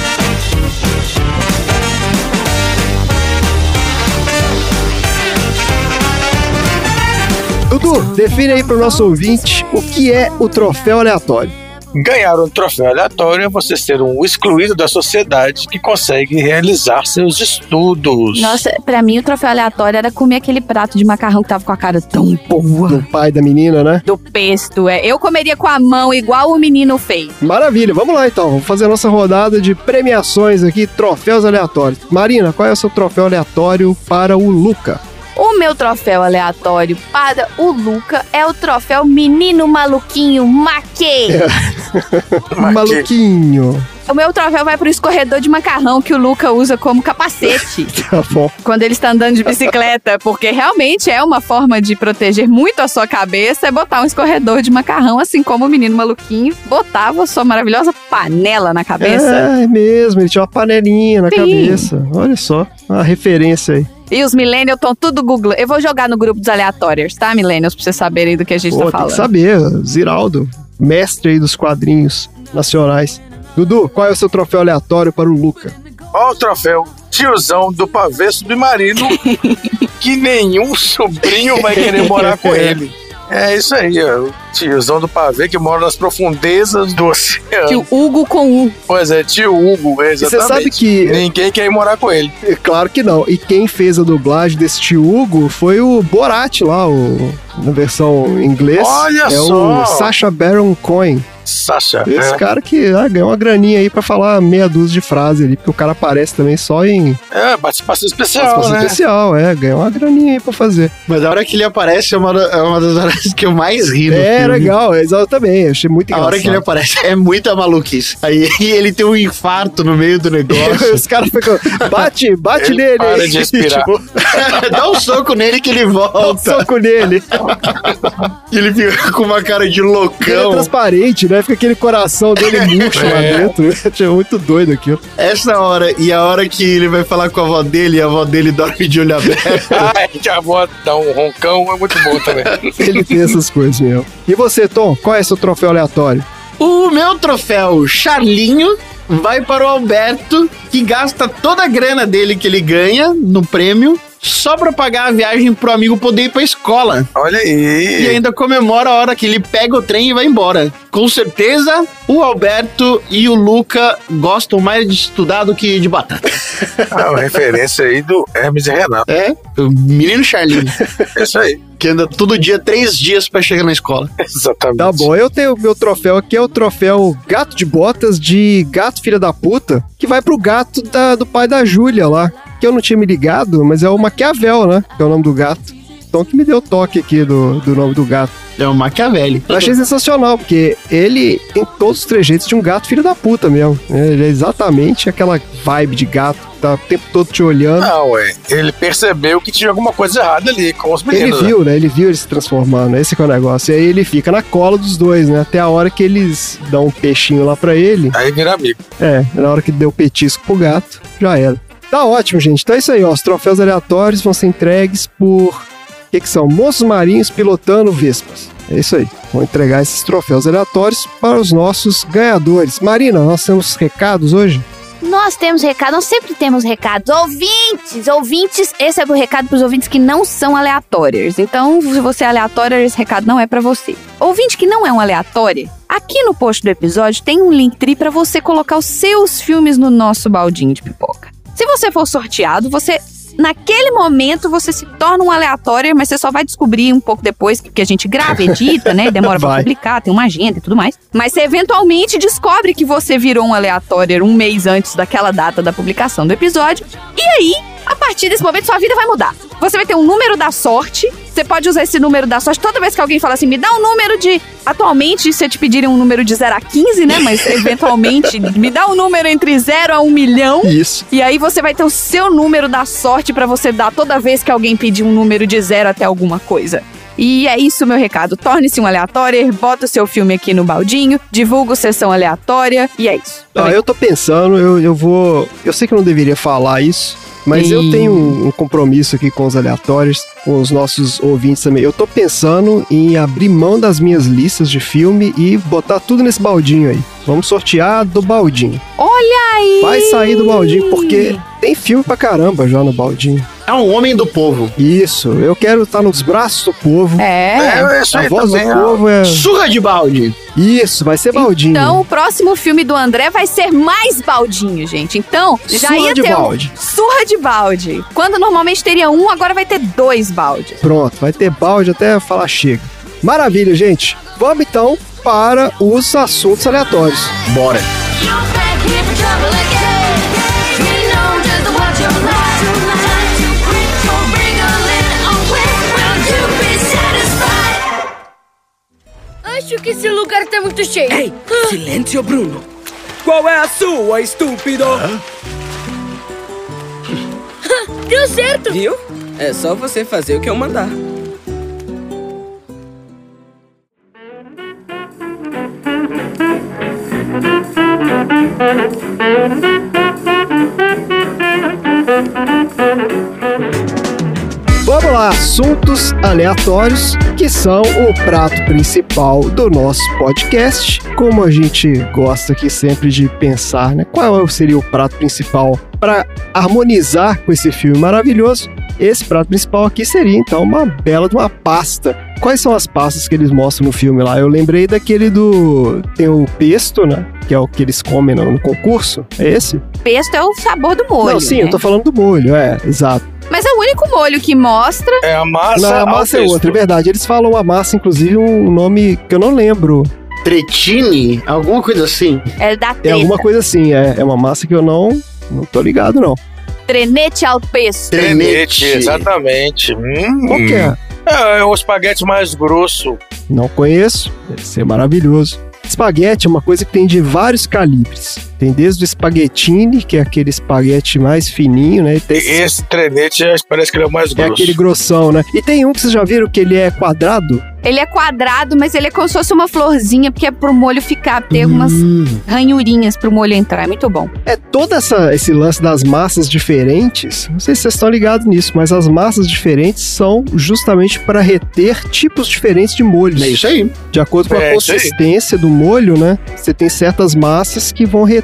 Dudu, define aí para o nosso ouvinte o que é o troféu aleatório. Ganhar um troféu aleatório é você ser um excluído da sociedade que consegue realizar seus estudos. Nossa, pra mim o troféu aleatório era comer aquele prato de macarrão que tava com a cara tão boa. Do pai da menina, né? Do pesto, é. Eu comeria com a mão igual o menino fez. Maravilha, vamos lá então. Vamos fazer a nossa rodada de premiações aqui, troféus aleatórios. Marina, qual é o seu troféu aleatório para o Luca? O meu troféu aleatório para o Luca é o troféu Menino Maluquinho Maquê. Maluquinho. O meu troféu vai pro escorredor de macarrão que o Luca usa como capacete. Tá bom. Quando ele está andando de bicicleta, porque realmente é uma forma de proteger muito a sua cabeça, é botar um escorredor de macarrão, assim como o menino maluquinho botava sua maravilhosa panela na cabeça. É mesmo, ele tinha uma panelinha na Sim. cabeça. Olha só, a referência aí. E os millennials estão tudo googlando. Eu vou jogar no grupo dos aleatórios, tá, millennials? Pra vocês saberem do que a gente Pô, tá falando. tem que saber, Ziraldo, mestre aí dos quadrinhos nacionais. Dudu, qual é o seu troféu aleatório para o Luca? Olha o troféu tiozão do pavê submarino que nenhum sobrinho vai querer morar com ele. É isso aí, ó. O tiozão do pavê que mora nas profundezas do oceano. Tio Hugo com U. Pois é, tio Hugo, é exatamente. Você sabe que... Ninguém quer ir morar com ele. É claro que não. E quem fez a dublagem desse tio Hugo foi o Borat lá, o, na versão em inglês. Olha é só! o Sacha Baron Cohen. Sacha. Esse é. cara que ah, ganhou uma graninha aí pra falar meia dúzia de frases ali, porque o cara aparece também só em... É, participação especial, participação né? especial, é, ganhou uma graninha aí pra fazer. Mas a hora que ele aparece é uma, da- é uma das horas que eu mais ri no É, filme. legal, exatamente, achei muito A engraçado. hora que ele aparece é muita maluquice. Aí ele tem um infarto no meio do negócio. Os caras ficam, bate, bate Ele nele para aí. de respirar. Tipo, Dá um soco nele que ele dá um volta. soco nele. E ele fica com uma cara de Ele é loucão. transparente, né? Fica aquele coração dele murcho lá É. dentro. É muito doido aquilo. Essa hora, e a hora que ele vai falar com a avó dele, e a avó dele dorme de olho aberto. Ai, que a avó dá um roncão, é muito bom também. Ele tem essas coisas mesmo. E você, Tom, qual é seu troféu aleatório? O meu troféu Charlinho vai para o Alberto, que gasta toda a grana dele que ele ganha no prêmio só pra pagar a viagem pro amigo poder ir pra escola. Olha aí. E ainda comemora a hora que ele pega o trem e vai embora. Com certeza, o Alberto e o Luca gostam mais de estudar do que de batata. Ah, uma referência aí do Hermes e Renato. É, o menino Charlinho. É isso aí. Que anda todo dia, três dias pra chegar na escola. Exatamente. Tá bom, eu tenho o meu troféu aqui, é o troféu Gato de Botas de Gato Filha da Puta, que vai pro gato da, do pai da Júlia lá, que eu não tinha me ligado, mas é o Maquiavel, né, que é o nome do gato. Então que me deu o toque aqui do, do nome do gato. É o Maquiavelli. Eu achei sensacional, porque ele tem todos os trejeitos de um gato filho da puta mesmo. Ele é exatamente aquela vibe de gato que tá o tempo todo te olhando. Não, ué. Ele percebeu que tinha alguma coisa errada ali com os meninos. Ele viu, né? Ele viu ele se transformando. Esse que é o negócio. E aí ele fica na cola dos dois, né? Até a hora que eles dão um peixinho lá pra ele. Aí vira amigo. É, na hora que deu petisco pro gato, já era. Tá ótimo, gente. Então é isso aí, ó. Os troféus aleatórios vão ser entregues por... O que que são? Moços marinhos pilotando vespas. É isso aí. Vou entregar esses troféus aleatórios para os nossos ganhadores. Marina, nós temos recados hoje? Nós temos recado, nós sempre temos recados. Ouvintes, ouvintes, esse é o recado para os ouvintes que não são aleatórios. Então, se você é aleatório, esse recado não é para você. Ouvinte que não é um aleatório, aqui no post do episódio tem um Linktree para você colocar os seus filmes no nosso baldinho de pipoca. Se você for sorteado, você... Naquele momento você se torna um aleatório, mas você só vai descobrir um pouco depois que a gente grava, edita, né? Demora pra publicar, tem uma agenda e tudo mais. Mas você eventualmente descobre que você virou um aleatório um mês antes daquela data da publicação do episódio. E aí, a partir desse momento, sua vida vai mudar. Você vai ter um número da sorte. Você pode usar esse número da sorte toda vez que alguém fala assim, me dá um número de... Atualmente, se te pedirem um número de zero a quinze, né? Mas, eventualmente, me dá um número entre zero a um milhão. Isso. E aí você vai ter o seu número da sorte pra você dar toda vez que alguém pedir um número de zero até alguma coisa. E é isso, meu recado. Torne-se um aleatório, bota o seu filme aqui no baldinho, divulga o Sessão Aleatória, e é isso. Ah, eu tô pensando, eu, eu vou... Eu sei que eu não deveria falar isso, mas e... eu tenho um, um compromisso aqui com os aleatórios, com os nossos ouvintes também. Eu tô pensando em abrir mão das minhas listas de filme e botar tudo nesse baldinho aí. Vamos sortear do baldinho. Olha aí! Vai sair do baldinho, porque tem filme pra caramba já no baldinho. É um homem do povo. Isso, eu quero estar nos braços do povo. É, é isso aí. A voz também, do povo é... Surra de balde. Isso, vai ser baldinho. Então, o próximo filme do André vai ser mais baldinho, gente. Então, já Surra ia de ter balde. Um surra de balde. Quando normalmente teria um, agora vai ter dois baldes. Pronto, vai ter balde até falar chega. Maravilha, gente. Vamos então para os assuntos aleatórios. Bora. Acho que esse lugar tá muito cheio. Ei, silêncio, Bruno. Qual é a sua, estúpido? Hã? Deu certo. Viu? É só você fazer o que eu mandar. Vamos lá, assuntos aleatórios, que são o prato principal do nosso podcast. Como a gente gosta aqui sempre de pensar, né? Qual seria o prato principal para harmonizar com esse filme maravilhoso? Esse prato principal aqui seria, então, uma bela de uma pasta. Quais são as pastas que eles mostram no filme lá? Eu lembrei daquele do... Tem o pesto, né? Que é o que eles comem no, no concurso. É esse? Pesto é o sabor do molho, Não, sim, né? eu tô falando do molho, é, exato. Mas é o único molho que mostra... É a massa. Não, a massa é outra, é verdade. Eles falam a massa, inclusive, um nome que eu não lembro. Tretini? Alguma coisa assim? É da treta. É alguma coisa assim, é, é uma massa que eu não, não tô ligado, não. Trenete ao pesto. Trenete, exatamente. Hum. Qual que é? É, é o espaguete mais grosso. Não conheço, deve ser maravilhoso. Espaguete é uma coisa que tem de vários calibres. Tem desde o espaguetine, que é aquele espaguete mais fininho, né? E tem esse... esse trenete parece que ele é o mais grosso. É aquele grossão, né? E tem um que vocês já viram que ele é quadrado? Ele é quadrado, mas ele é como se fosse uma florzinha, porque é pro molho ficar, ter umas hum. ranhurinhas pro molho entrar. É muito bom. É todo essa, esse lance das massas diferentes. Não sei se vocês estão ligados nisso, mas as massas diferentes são justamente para reter tipos diferentes de molhos. É isso aí. De acordo com a é consistência do molho, né? Você tem certas massas que vão reter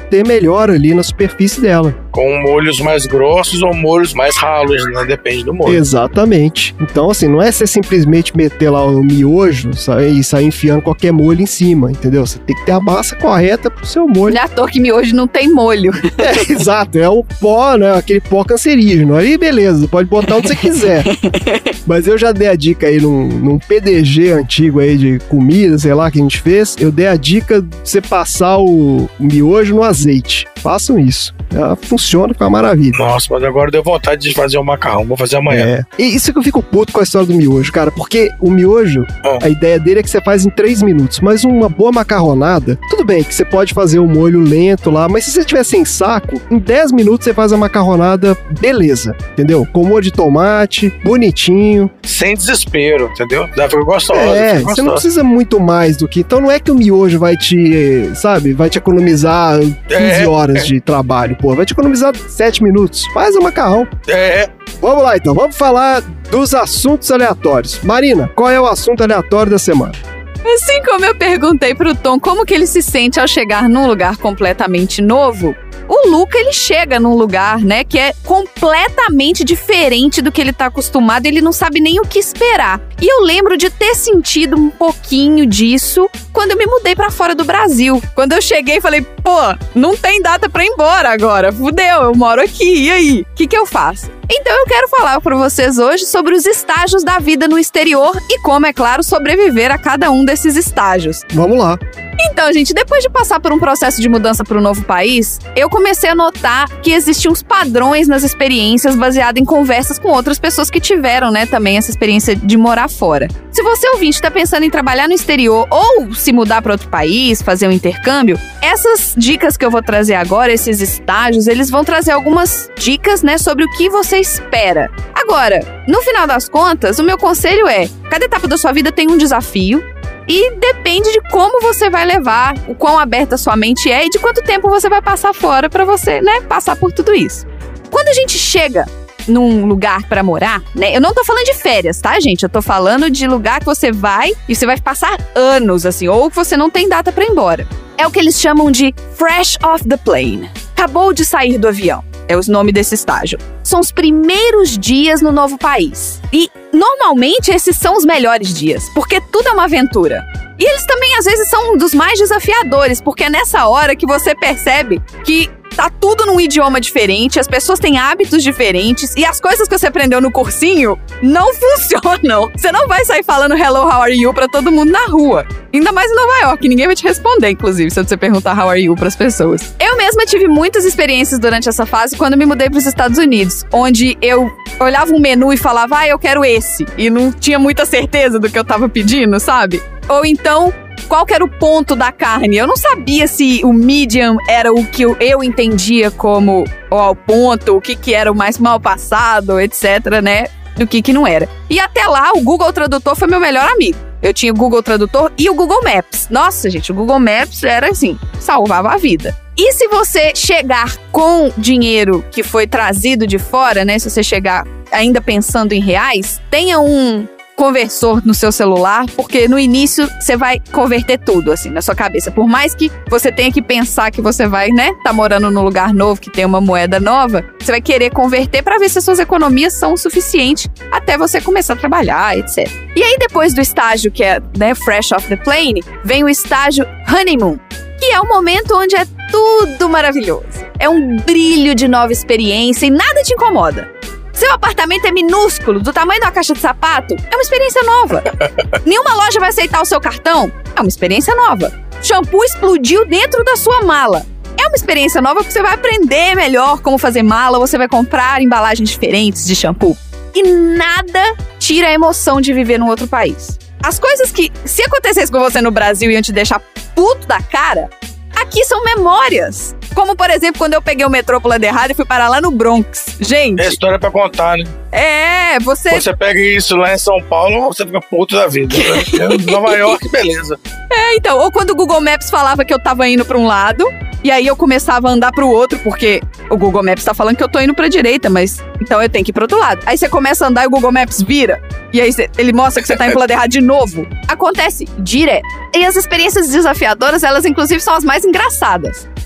derreter melhor ali na superfície dela. Com molhos mais grossos ou molhos mais ralos, né? Depende do molho. Exatamente. Então, assim, não é você simplesmente meter lá o miojo e sair enfiando qualquer molho em cima, entendeu? Você tem que ter a massa correta pro seu molho. Não é à toa que miojo não tem molho. É, exato. É o pó, né? Aquele pó cancerígeno. Aí, beleza. Pode botar onde você quiser. Mas eu já dei a dica aí num, num P D G antigo aí de comida, sei lá, que a gente fez. Eu dei a dica de você passar o miojo no azeite. Façam isso. Ela funciona, fica uma maravilha. Nossa, mas agora deu vontade de fazer o macarrão. Vou fazer amanhã. É. E isso que eu fico puto com a história do miojo, cara. Porque o miojo, ah. a ideia dele é que você faz em três minutos. Mas uma boa macarronada, tudo bem que você pode fazer o molho lento lá, mas se você tiver sem saco, em dez minutos você faz a macarronada, beleza. Entendeu? Com molho de tomate, bonitinho. Sem desespero, entendeu? Dá pra ficar gostosa. É, você não precisa muito mais do que... Então não é que o miojo vai te, sabe, vai te economizar quinze horas de trabalho. Pô, vai te economizar sete minutos. Faz o macarrão. É. Vamos lá, então. Vamos falar dos assuntos aleatórios. Marina, qual é o assunto aleatório da semana? Assim como eu perguntei pro Tom como que ele se sente ao chegar num lugar completamente novo, o Luca, ele chega num lugar, né, que é completamente diferente do que ele tá acostumado, ele não sabe nem o que esperar. E eu lembro de ter sentido um pouquinho disso quando eu me mudei pra fora do Brasil. Quando eu cheguei, falei, pô, não tem data pra ir embora agora, fudeu, eu moro aqui, e aí? O que que eu faço? Então eu quero falar para vocês hoje sobre os estágios da vida no exterior e como, é claro, sobreviver a cada um desses estágios. Vamos lá. Então, gente, depois de passar por um processo de mudança para um novo país, eu comecei a notar que existiam uns padrões nas experiências baseado em conversas com outras pessoas que tiveram, né, também essa experiência de morar fora. Se você, ouvinte, está pensando em trabalhar no exterior ou se mudar para outro país, fazer um intercâmbio, essas dicas que eu vou trazer agora, esses estágios, eles vão trazer algumas dicas, né, sobre o que você espera. Agora, no final das contas, o meu conselho é, cada etapa da sua vida tem um desafio, e depende de como você vai levar, o quão aberta a sua mente é e de quanto tempo você vai passar fora pra você, né, passar por tudo isso. Quando a gente chega num lugar pra morar, né, eu não tô falando de férias, tá, gente? Eu tô falando de lugar que você vai e você vai passar anos, assim, ou que você não tem data pra ir embora. É o que eles chamam de fresh off the plane. Acabou de sair do avião. É o nome desse estágio. São os primeiros dias no novo país. E, normalmente, esses são os melhores dias, porque tudo é uma aventura. E eles também, às vezes, são um dos mais desafiadores, porque é nessa hora que você percebe que tá tudo num idioma diferente, as pessoas têm hábitos diferentes e as coisas que você aprendeu no cursinho não funcionam. Você não vai sair falando hello, how are you pra todo mundo na rua. Ainda mais em Nova York, ninguém vai te responder, inclusive, se você perguntar how are you pras pessoas. Eu mesma tive muitas experiências durante essa fase quando me mudei pros Estados Unidos, onde eu olhava um menu e falava, ah, eu quero esse, e não tinha muita certeza do que eu tava pedindo, sabe? Ou então, qual que era o ponto da carne? Eu não sabia se o medium era o que eu entendia como ó, o ponto, o que, que era o mais mal passado, etc, né? Do que que não era. E até lá, o Google Tradutor foi meu melhor amigo. Eu tinha o Google Tradutor e o Google Maps. Nossa, gente, o Google Maps era assim, salvava a vida. E se você chegar com dinheiro que foi trazido de fora, né? Se você chegar ainda pensando em reais, tenha um conversor no seu celular, porque no início você vai converter tudo, assim, na sua cabeça. Por mais que você tenha que pensar que você vai, né, tá morando num lugar novo, que tem uma moeda nova, você vai querer converter pra ver se as suas economias são o suficiente até você começar a trabalhar, etcétera. E aí, depois do estágio que é, né, fresh off the plane, vem o estágio honeymoon, que é o momento onde é tudo maravilhoso. É um brilho de nova experiência e nada te incomoda. Seu apartamento é minúsculo, do tamanho de uma caixa de sapato, é uma experiência nova. Nenhuma loja vai aceitar o seu cartão, é uma experiência nova. Shampoo explodiu dentro da sua mala. É uma experiência nova porque você vai aprender melhor como fazer mala, você vai comprar embalagens diferentes de shampoo. E nada tira a emoção de viver num outro país. As coisas que, se acontecesse com você no Brasil, iam te deixar puto da cara, aqui são memórias. Como, por exemplo, quando eu peguei o metrô pro lado errado e fui parar lá no Bronx. Gente... É história pra contar, né? É, você... Quando você pega isso lá em São Paulo, você fica puto da vida. Né? Nova York, beleza. É, então, ou quando o Google Maps falava que eu tava indo pra um lado, e aí eu começava a andar pro outro, porque o Google Maps tá falando que eu tô indo pra direita, mas então eu tenho que ir pro outro lado. Aí você começa a andar e o Google Maps vira, e aí você, ele mostra que você tá indo pro lado errado de novo. Acontece direto. E as experiências desafiadoras, elas inclusive são as mais engraçadas.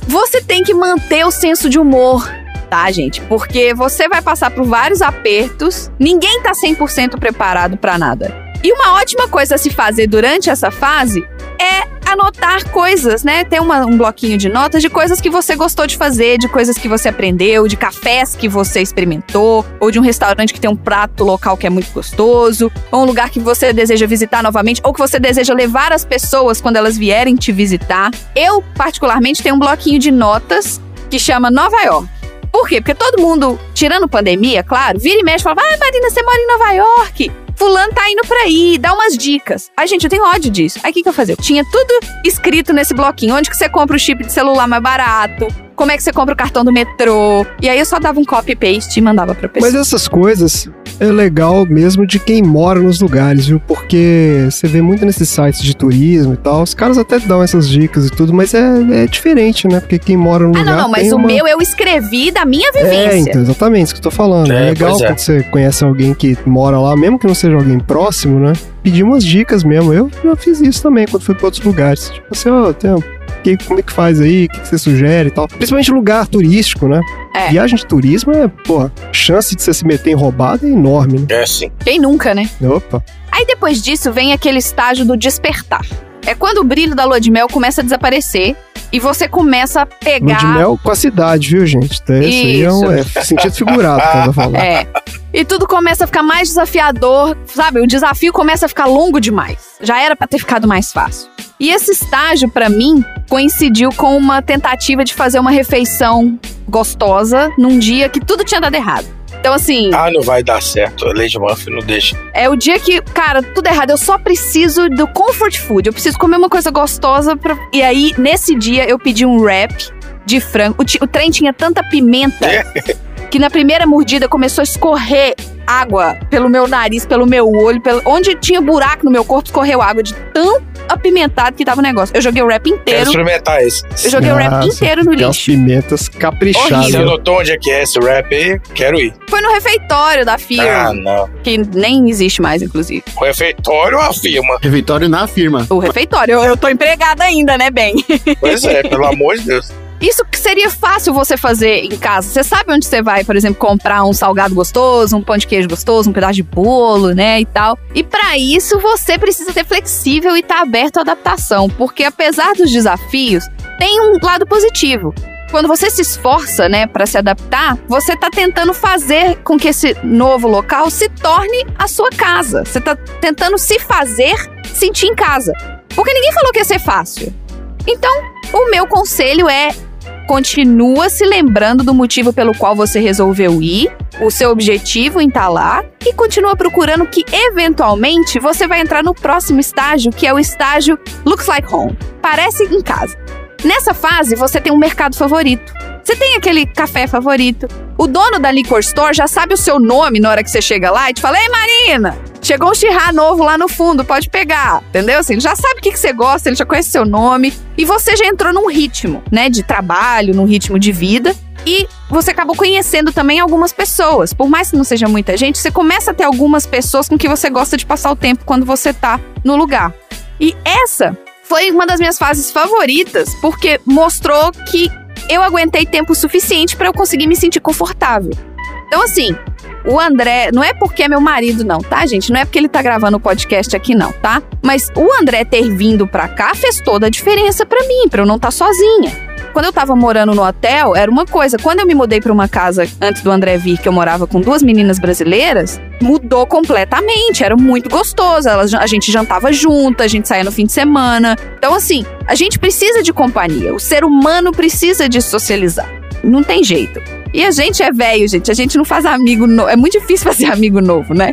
Você tem que manter o senso de humor, tá, gente? Porque você vai passar por vários apertos, ninguém tá cem por cento preparado pra nada. E uma ótima coisa a se fazer durante essa fase é anotar coisas, né? Ter uma, um bloquinho de notas de coisas que você gostou de fazer, de coisas que você aprendeu, de cafés que você experimentou, ou de um restaurante que tem um prato local que é muito gostoso, ou um lugar que você deseja visitar novamente, ou que você deseja levar as pessoas quando elas vierem te visitar. Eu, particularmente, tenho um bloquinho de notas que chama Nova York. Por quê? Porque todo mundo, tirando pandemia, claro, vira e mexe e fala, ah, Marina, você mora em Nova York. Fulano tá indo pra aí, dá umas dicas. Ai, gente, eu tenho ódio disso. Aí, o que que eu fazia? Eu tinha tudo escrito nesse bloquinho. Onde que você compra o chip de celular mais barato? Como é que você compra o cartão do metrô? E aí, eu só dava um copy-paste e mandava pra pessoa. Mas essas coisas é legal mesmo de quem mora nos lugares, viu? Porque você vê muito nesses sites de turismo e tal. Os caras até dão essas dicas e tudo, mas é, é diferente, né? Porque quem mora no ah, lugar... Ah, não, não, mas o uma... meu eu escrevi da minha vivência. É, então, exatamente, isso que eu tô falando. É, é legal é. quando você conhece alguém que mora lá, mesmo que não seja alguém próximo, né? Pedir umas dicas mesmo. Eu já fiz isso também quando fui pra outros lugares. Tipo assim, ó, oh, tem um... Que, como é que faz aí, o que, que você sugere e tal. Principalmente lugar turístico, né? É. Viagem de turismo é, pô, chance de você se meter em roubada é enorme, né? É, sim. Quem nunca, né? Opa. Aí depois disso vem aquele estágio do despertar. É quando o brilho da lua de mel começa a desaparecer e você começa a pegar... Lua de mel com a cidade, viu, gente? Então, isso aí é, um, é sentido figurado que ela falou. É. E tudo começa a ficar mais desafiador, sabe? O desafio começa a ficar longo demais. Já era pra ter ficado mais fácil. E esse estágio, pra mim, coincidiu com uma tentativa de fazer uma refeição gostosa num dia que tudo tinha dado errado. Então, assim... Ah, não vai dar certo. A Lady Murphy não deixa. É o dia que, cara, tudo errado. Eu só preciso do comfort food. Eu preciso comer uma coisa gostosa. Pra... E aí, nesse dia, eu pedi um wrap de frango. O, t- o trem tinha tanta pimenta que na primeira mordida começou a escorrer água pelo meu nariz, pelo meu olho. Pelo... Onde tinha buraco no meu corpo, escorreu água de tão apimentado que tava o negócio. Eu joguei o wrap inteiro. Quero experimentar esse. Eu joguei Nossa, o wrap inteiro no lixo. As pimentas caprichadas. Você notou onde é que é esse wrap aí? Quero ir. Foi no refeitório da firma. Ah, não. Que nem existe mais, inclusive. O refeitório ou a firma? Refeitório na firma. O refeitório. Eu, eu tô empregada ainda, né, Ben? Pois é, pelo amor de Deus. Isso que seria fácil você fazer em casa. Você sabe onde você vai, por exemplo, comprar um salgado gostoso, um pão de queijo gostoso, um pedaço de bolo, né, e tal. E pra isso, você precisa ser flexível e estar aberto à adaptação. Porque apesar dos desafios, tem um lado positivo. Quando você se esforça, né, pra se adaptar, você tá tentando fazer com que esse novo local se torne a sua casa. Você tá tentando se fazer sentir em casa. Porque ninguém falou que ia ser fácil. Então, o meu conselho é: continua se lembrando do motivo pelo qual você resolveu ir, o seu objetivo em estar lá, e continua procurando que, eventualmente, você vai entrar no próximo estágio, que é o estágio Looks Like Home. Parece em casa. Nessa fase, você tem um mercado favorito. Você tem aquele café favorito. O dono da liquor store já sabe o seu nome na hora que você chega lá e te fala: Ei, Marina, chegou um chirrá novo lá no fundo, pode pegar. Entendeu? Assim, ele já sabe o que, que você gosta, ele já conhece seu nome. E você já entrou num ritmo, né, de trabalho, num ritmo de vida. E você acabou conhecendo também algumas pessoas. Por mais que não seja muita gente, você começa a ter algumas pessoas com que você gosta de passar o tempo quando você tá no lugar. E essa foi uma das minhas fases favoritas, porque mostrou que eu aguentei tempo suficiente pra eu conseguir me sentir confortável. Então, assim, o André, não é porque é meu marido não, tá, gente? Não é porque ele tá gravando o podcast aqui não, tá? Mas o André ter vindo pra cá fez toda a diferença pra mim, pra eu não estar sozinha. Quando eu tava morando no hotel, era uma coisa. Quando eu me mudei pra uma casa antes do André vir, que eu morava com duas meninas brasileiras, mudou completamente. Era muito gostoso. Elas, a gente jantava junto, a gente saía no fim de semana. Então, assim, a gente precisa de companhia. O ser humano precisa de socializar. Não tem jeito. E a gente é velho, gente. A gente não faz amigo novo. É muito difícil fazer amigo novo, né?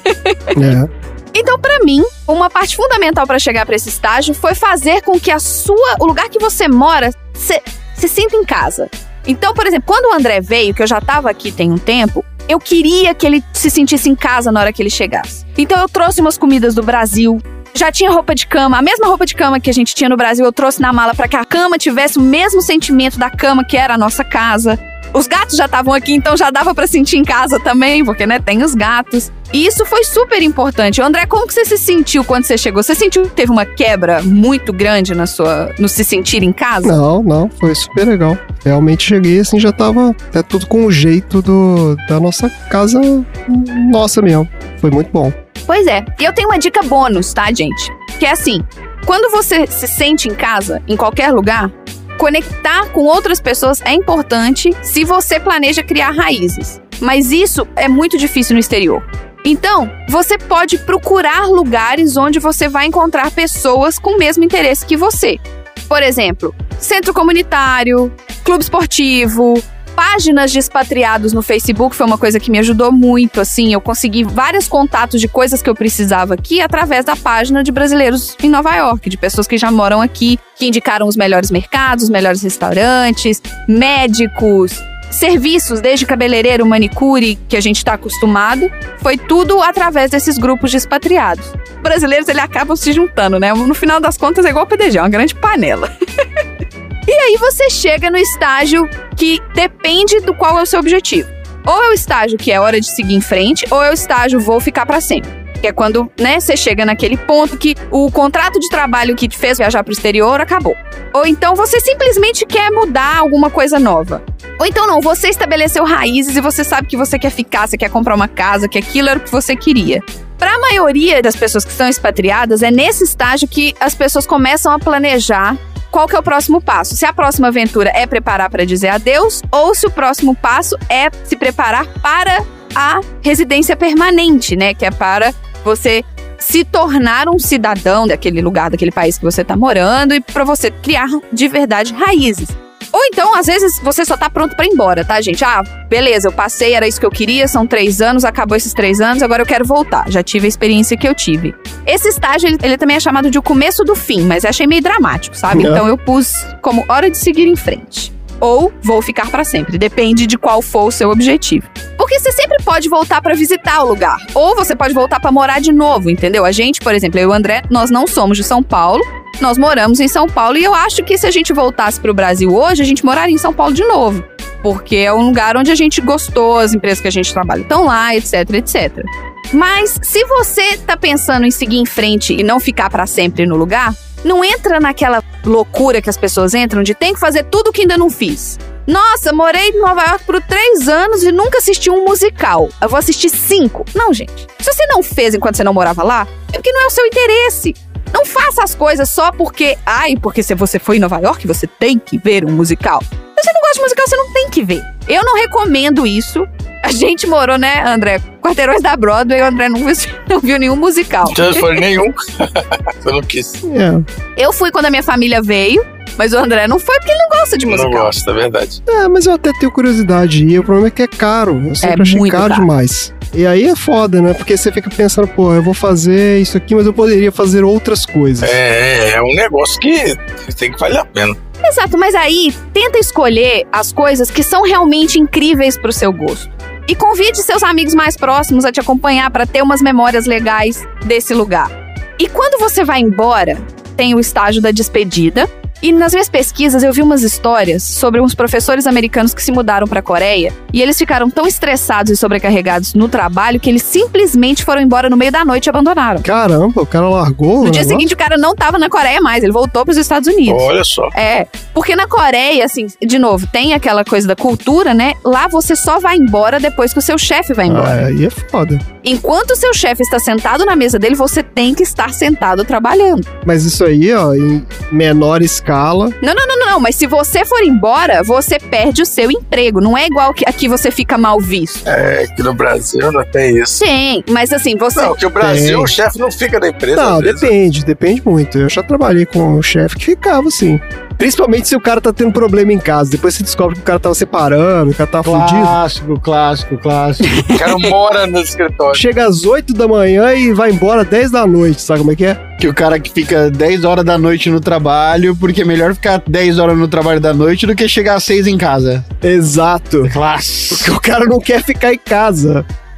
É. Então, pra mim, uma parte fundamental pra chegar pra esse estágio foi fazer com que a sua, o lugar que você mora se, se sinta em casa. Então, por exemplo, quando o André veio, que eu já tava aqui tem um tempo, eu queria que ele se sentisse em casa na hora que ele chegasse. Então, eu trouxe umas comidas do Brasil. Já tinha roupa de cama, a mesma roupa de cama que a gente tinha no Brasil, eu trouxe na mala pra que a cama tivesse o mesmo sentimento da cama que era a nossa casa. Os gatos já estavam aqui, então já dava pra sentir em casa também, porque, né, tem os gatos. E isso foi super importante. André, como que você se sentiu quando você chegou? Você sentiu que teve uma quebra muito grande na sua, no se sentir em casa? Não, não, foi super legal. Realmente cheguei assim, já tava até tudo com o jeito do, da nossa casa nossa mesmo. Foi muito bom. Pois é, e eu tenho uma dica bônus, tá, gente? Que é assim, quando você se sente em casa, em qualquer lugar, conectar com outras pessoas é importante se você planeja criar raízes. Mas isso é muito difícil no exterior. Então, você pode procurar lugares onde você vai encontrar pessoas com o mesmo interesse que você. Por exemplo, centro comunitário, clube esportivo, páginas de expatriados no Facebook foi uma coisa que me ajudou muito, assim, eu consegui vários contatos de coisas que eu precisava aqui através da página de brasileiros em Nova York, de pessoas que já moram aqui, que indicaram os melhores mercados, os melhores restaurantes, médicos, serviços, desde cabeleireiro, manicure, que a gente está acostumado, foi tudo através desses grupos de expatriados. Os brasileiros, eles acabam se juntando, né? No final das contas é igual o P D G, é uma grande panela. E aí você chega no estágio que depende do qual é o seu objetivo. Ou é o estágio que é hora de seguir em frente, ou é o estágio vou ficar pra sempre. Que é quando, né, você chega naquele ponto que o contrato de trabalho que te fez viajar pro exterior acabou. Ou então você simplesmente quer mudar alguma coisa nova. Ou então não, você estabeleceu raízes e você sabe que você quer ficar, você quer comprar uma casa, que aquilo era o que você queria. Para a maioria das pessoas que estão expatriadas, é nesse estágio que as pessoas começam a planejar qual que é o próximo passo. Se a próxima aventura é preparar para dizer adeus, ou se o próximo passo é se preparar para a residência permanente, né? Que é para você se tornar um cidadão daquele lugar, daquele país que você está morando e para você criar de verdade raízes. Ou então, às vezes, você só tá pronto pra ir embora, tá, gente? Ah, beleza, eu passei, era isso que eu queria, são três anos, acabou esses três anos, agora eu quero voltar. Já tive a experiência que eu tive. Esse estágio, ele, ele também é chamado de o começo do fim, mas eu achei meio dramático, sabe? Não. Então eu pus como hora de seguir em frente. Ou vou ficar pra sempre, depende de qual for o seu objetivo. Porque você sempre pode voltar pra visitar o lugar. Ou você pode voltar pra morar de novo, entendeu? A gente, por exemplo, eu e o André, nós não somos de São Paulo, nós moramos em São Paulo e eu acho que se a gente voltasse pro Brasil hoje, a gente moraria em São Paulo de novo. Porque é um lugar onde a gente gostou, as empresas que a gente trabalha estão lá, etc, etcétera. Mas se você tá pensando em seguir em frente e não ficar pra sempre no lugar, não entra naquela loucura que as pessoas entram de tem que fazer tudo que ainda não fiz. Nossa, morei em Nova York por três anos e nunca assisti um musical. Eu vou assistir cinco. Não, gente. Se você não fez enquanto você não morava lá, é porque não é o seu interesse. Não faça as coisas só porque... Ai, porque se você foi em Nova York, você tem que ver um musical. Se você não gosta de musical, você não tem que ver. Eu não recomendo isso. A gente morou, né, André? Quarteirões da Broadway, o André não viu, não viu nenhum musical. Não foi nenhum. Eu não quis. Yeah. Eu fui quando a minha família veio, mas o André não foi porque ele não gosta de musical. Não gosta, é verdade. É, mas eu até tenho curiosidade. E o problema é que é caro. Eu sempre é achei muito caro, caro demais. E aí é foda, né? Porque você fica pensando, pô, eu vou fazer isso aqui, mas eu poderia fazer outras coisas. É, é um negócio que tem que valer a pena. Exato, mas aí tenta escolher as coisas que são realmente incríveis pro seu gosto. E convide seus amigos mais próximos a te acompanhar para ter umas memórias legais desse lugar. E quando você vai embora, tem o estágio da despedida. E nas minhas pesquisas eu vi umas histórias sobre uns professores americanos que se mudaram para a Coreia e eles ficaram tão estressados e sobrecarregados no trabalho que eles simplesmente foram embora no meio da noite e abandonaram. Caramba, o cara largou? No dia negócio? seguinte o cara não tava na Coreia mais, ele voltou para os Estados Unidos. Olha só. É, porque na Coreia, assim, de novo, tem aquela coisa da cultura, né? Lá você só vai embora depois que o seu chefe vai embora. Ah, aí é foda. Enquanto o seu chefe está sentado na mesa dele, você tem que estar sentado trabalhando. Mas isso aí, ó, em menor escala. Não, não, não, não, mas se você for embora, você perde o seu emprego. Não é igual que aqui você fica mal visto. É, aqui no Brasil não tem isso. Tem, mas assim, você... Não, que o Brasil, tem. O chefe não fica na empresa. Não, depende, depende muito. Eu já trabalhei com um chefe que ficava, assim. Principalmente se o cara tá tendo problema em casa. Depois você descobre que o cara tava separando, o cara tava fudido. Clássico, clássico, clássico. O cara mora no escritório. Chega às oito da manhã e vai embora dez da noite, sabe como é que é? Que o cara que fica dez horas da noite no trabalho, porque é melhor ficar dez horas no trabalho da noite do que chegar às seis em casa. Exato. Clássico. Porque o cara não quer ficar em casa.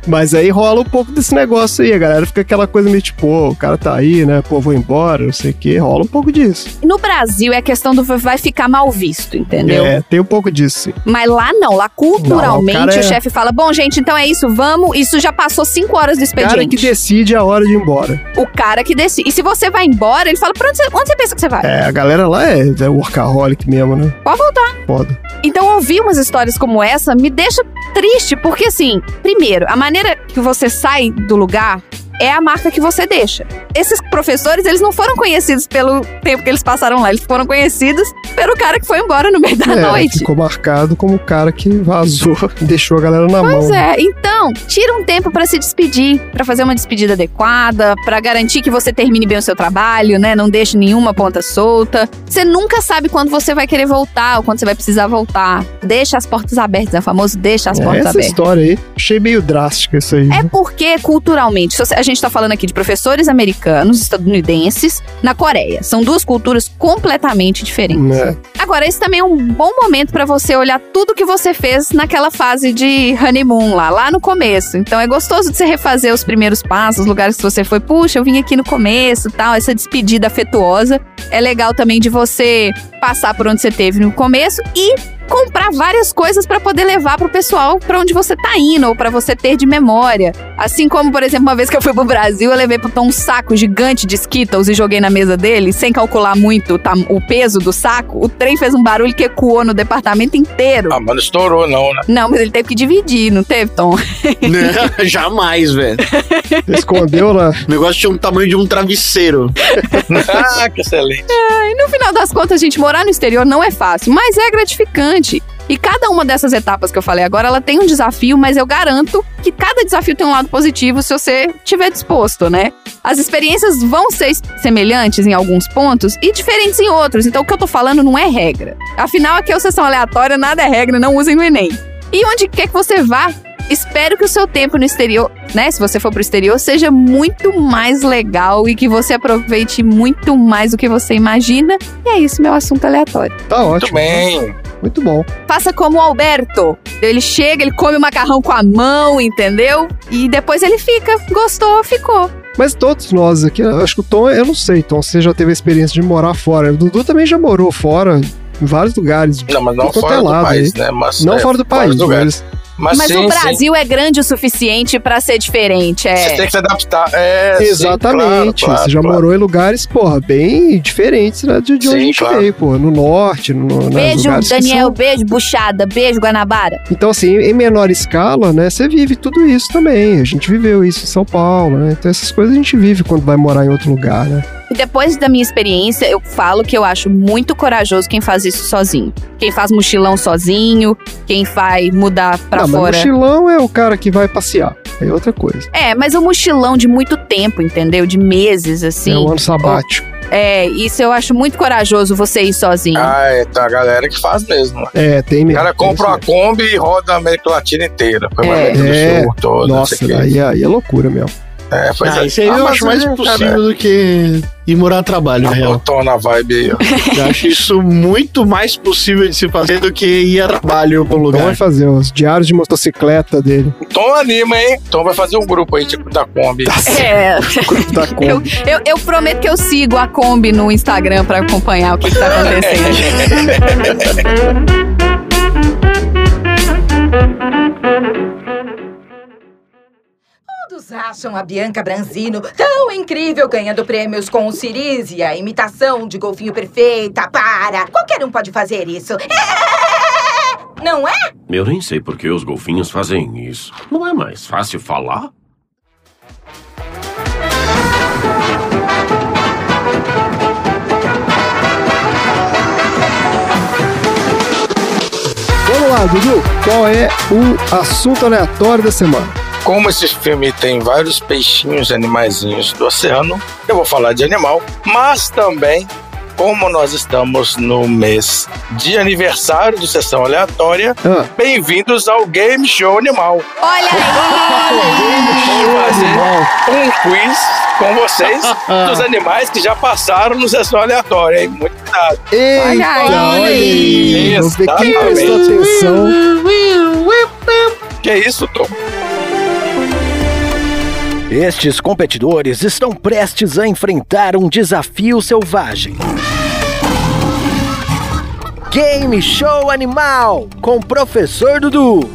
Mas aí rola um pouco desse negócio aí, a galera fica aquela coisa meio tipo, pô, o cara tá aí, né, pô, vou embora, não sei o quê, rola um pouco disso. No Brasil é a questão do vai ficar mal visto, entendeu? É, tem um pouco disso, sim. Mas lá não, lá culturalmente não, o, o é... chefe fala, bom, gente, então é isso, vamos, isso já passou cinco horas do expediente. O cara que decide a hora de ir embora. O cara que decide. E se você vai embora, ele fala, pra onde você, onde você pensa que você vai? É, a galera lá é, é workaholic mesmo, né? Pode voltar. Foda. Então, ouvir umas histórias como essa me deixa triste, porque assim, primeiro, a maneira que você sai do lugar é a marca que você deixa. Esses professores, eles não foram conhecidos pelo tempo que eles passaram lá, eles foram conhecidos pelo cara que foi embora no meio da é, noite. Ficou marcado como o cara que vazou e deixou a galera na pois mão. Pois é, então, tira um tempo pra se despedir, pra fazer uma despedida adequada, pra garantir que você termine bem o seu trabalho, né? Não deixe nenhuma ponta solta. Você nunca sabe quando você vai querer voltar ou quando você vai precisar voltar. Deixa as portas abertas, é o famoso deixa as é, portas essa abertas. Essa história aí, achei meio drástica isso aí. É porque, culturalmente, se você, a gente tá falando aqui de professores americanos, estadunidenses, na Coreia. São duas culturas completamente diferentes. É. Agora, esse também é um bom momento pra você olhar tudo que você fez naquela fase de honeymoon lá, lá no começo. Então, é gostoso de você refazer os primeiros passos, os lugares que você foi, puxa, eu vim aqui no começo, tal, essa despedida afetuosa. É legal também de você passar por onde você teve no começo e comprar várias coisas pra poder levar pro pessoal pra onde você tá indo, ou pra você ter de memória. Assim como, por exemplo, uma vez que eu fui pro Brasil, eu levei pro Tom um saco gigante de Skittles e joguei na mesa dele, sem calcular muito o, tam- o peso do saco. O trem fez um barulho que ecoou no departamento inteiro. Ah, mas não estourou não, né? Não, mas ele teve que dividir, não teve, Tom? Jamais, velho. Escondeu lá. O negócio tinha um tamanho de um travesseiro. Ah, que excelente. É, e no final das contas, gente, morar no exterior não é fácil, mas é gratificante. E cada uma dessas etapas que eu falei agora, ela tem um desafio, mas eu garanto que cada desafio tem um lado positivo se você estiver disposto, né? As experiências vão ser semelhantes em alguns pontos e diferentes em outros. Então, o que eu tô falando não é regra. Afinal, aqui é o Sessão Aleatória, nada é regra, não usem o Enem. E onde quer que você vá, espero que o seu tempo no exterior, né, se você for pro exterior, seja muito mais legal e que você aproveite muito mais do que você imagina. E é isso, meu assunto aleatório. Tá ótimo. Muito bem. Muito bom. Faça como o Alberto. Ele chega, ele come o macarrão com a mão, entendeu? E depois ele fica. Gostou, ficou. Mas todos nós aqui, eu acho que o Tom, eu não sei, Tom, você já teve a experiência de morar fora. O Dudu também já morou fora, em vários lugares. Não, mas não fora do país, né? Mas, não é, fora do país, do mas... Mas, mas sim, o Brasil sim. é grande o suficiente pra ser diferente. É. Você tem que se adaptar. É, exatamente. Sim, claro, claro, você já claro. morou em lugares, porra, bem diferentes, né, de, de onde Sim, a gente claro. veio, porra. No norte, no, Beijo, lugares que Daniel. são... Beijo, Buchada. Beijo, Guanabara. Então, assim, em menor escala, né, você vive tudo isso também. A gente viveu isso em São Paulo, né? Então, essas coisas a gente vive quando vai morar em outro lugar, né? E depois da minha experiência, eu falo que eu acho muito corajoso quem faz isso sozinho. Quem faz mochilão sozinho, quem vai mudar pra Não, fora. Mas mochilão é o cara que vai passear. É outra coisa. É, mas o mochilão de muito tempo, entendeu? De meses, assim. É um ano sabático. É, isso eu acho muito corajoso você ir sozinho. Ah, é, tá a galera que faz mesmo. É, tem mesmo. O cara compra uma Kombi e roda a América Latina inteira. Foi É. América do É. Sul, todo, Nossa, não sei o quê. aí, aí é loucura mesmo. É, pois Ah, é. isso aí Ah, eu mas acho mais é, possível cara, do que ir morar a trabalho, na Eu real. tô na vibe aí, ó. Eu acho isso muito mais possível de se fazer do que ir a trabalho pra um Então vai lugar. fazer os diários de motocicleta dele. Tom anima, hein? Tom vai fazer um grupo aí, tipo da Kombi. É. Grupo da Kombi. Eu, eu, eu prometo que eu sigo a Kombi no Instagram pra acompanhar o que, que tá acontecendo. Todos acham a Bianca Branzino tão incrível, ganhando prêmios com o Sirius e a imitação de golfinho perfeita. Para! Qualquer um pode fazer isso. É! Não é? Eu nem sei por que os golfinhos fazem isso. Não é mais fácil falar? Vamos lá, Dudu. Qual é o assunto aleatório da semana? Como esse filme tem vários peixinhos, animaizinhos do oceano, eu vou falar de animal, mas também, como nós estamos no mês de aniversário do Sessão Aleatória, Ah. bem-vindos ao Game Show Animal. Olha aí! Vou fazer um quiz com vocês dos animais que já passaram no Sessão Aleatória, hein? Muito cuidado. Eita, Olha aí. olha aí. Vamos ver quem prestou Exatamente. atenção. Que é isso, Tom? Estes competidores estão prestes a enfrentar um desafio selvagem. Game Show Animal com o Professor Dudu.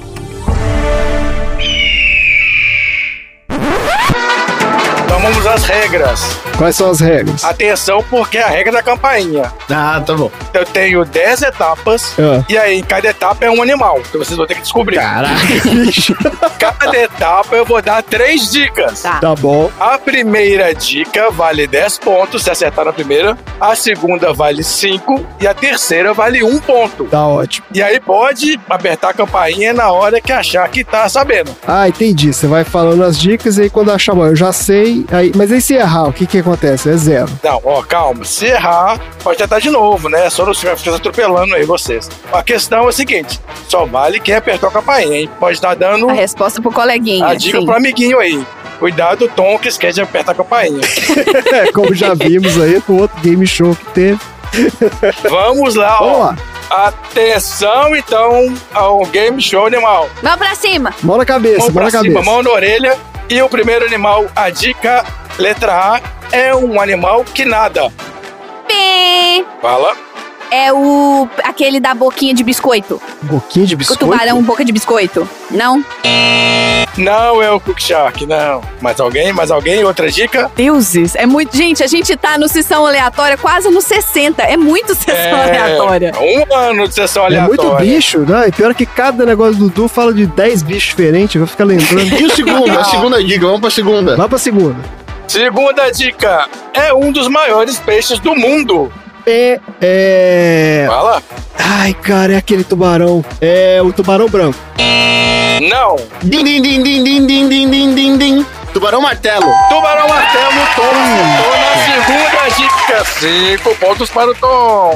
Então vamos às regras. Quais são as regras? Atenção, porque é a regra da campainha. Ah, tá bom. Eu tenho dez etapas, Ah. e aí cada etapa é um animal, que vocês vão ter que descobrir. Caraca. Cada etapa eu vou dar três dicas. Tá. Tá bom. A primeira dica vale dez pontos, se acertar na primeira. A segunda vale cinco e a terceira vale um ponto. Tá ótimo. E aí pode apertar a campainha na hora que achar que tá sabendo. Ah, entendi. Você vai falando as dicas e aí quando achar, bom, eu já sei. Aí, mas aí se errar, o que que acontece? É zero. Não, ó, calma. Se errar, pode tentar de novo, né? Só não se vai ficar atropelando aí vocês. A questão é a seguinte: só vale quem apertou a campainha, hein? Pode estar dando A resposta pro coleguinha. a dica sim. pro amiguinho aí. Cuidado, Tom, que esquece de apertar a campainha. É, como já vimos aí no outro game show que teve. Vamos lá, Vamos ó. lá. Atenção, então, ao Game Show Animal. Vamos pra cima. Mão na cabeça, Mão mão pra na cima, cabeça. mão na orelha. E o primeiro animal, a dica, letra A, é um animal que nada. Pim. Fala. É o... aquele da boquinha de biscoito. Boquinha de O biscoito? tubarão, boca de biscoito. Não? Não é o Cook Shark, não. Mais alguém? Mais alguém? Outra dica? Deuses. É muito... Gente, a gente tá no Sessão Aleatória quase nos sessenta. É muito Sessão Aleatória. Um ano de sessão É aleatória. muito bicho, né? E pior que cada negócio do Dudu fala de dez bichos diferentes, vai ficar lembrando. E o segundo? A segunda dica, vamos pra segunda. Vai pra segunda. Segunda dica, é um dos maiores peixes do mundo. É. É. Fala. Ai, cara, é aquele tubarão. É o tubarão branco. Não. Din, din, din, din, din, din, din, din, din, din. Tubarão martelo. Tubarão martelo, Tom acertou na segunda dica. Cinco pontos para o Tom.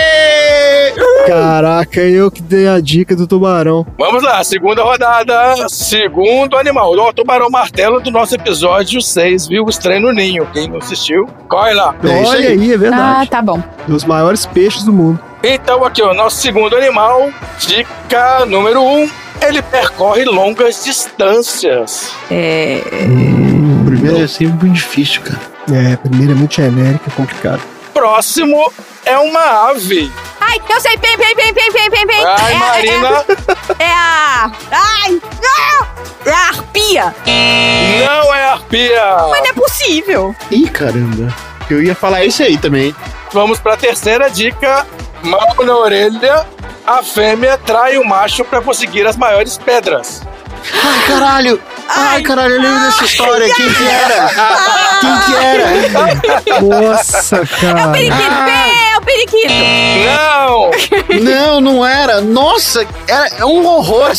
Caraca, eu que dei a dica do tubarão. Vamos lá, segunda rodada. Segundo animal. O tubarão martelo do nosso episódio seis, viu? Estranho no Ninho. Quem não assistiu, corre lá. É Olha aí, é Ah, verdade. tá bom. Dos maiores peixes do mundo. Então aqui, ó, nosso segundo animal. Dica número um. Ele percorre longas distâncias. É... O primeiro é sempre muito difícil, cara. É, primeiro é muito genérico, é complicado. Próximo é uma ave. Ai, eu sei. Pim, pim, pim, pim, pim, pim, pim. Vai, é, Marina. É, é a... Ai! Ah, é a arpia. Não é arpia. Mas não é possível. Ih, caramba. Eu ia falar isso aí também. Vamos pra terceira dica. Mão na orelha. A fêmea trai o macho pra conseguir as maiores pedras. Ai, caralho. Ai, caralho, eu lembro dessa história. Quem que era? Quem que era? Nossa, cara. Periquito, é o periquito. Não. Não, não era. Nossa, era, é um horror.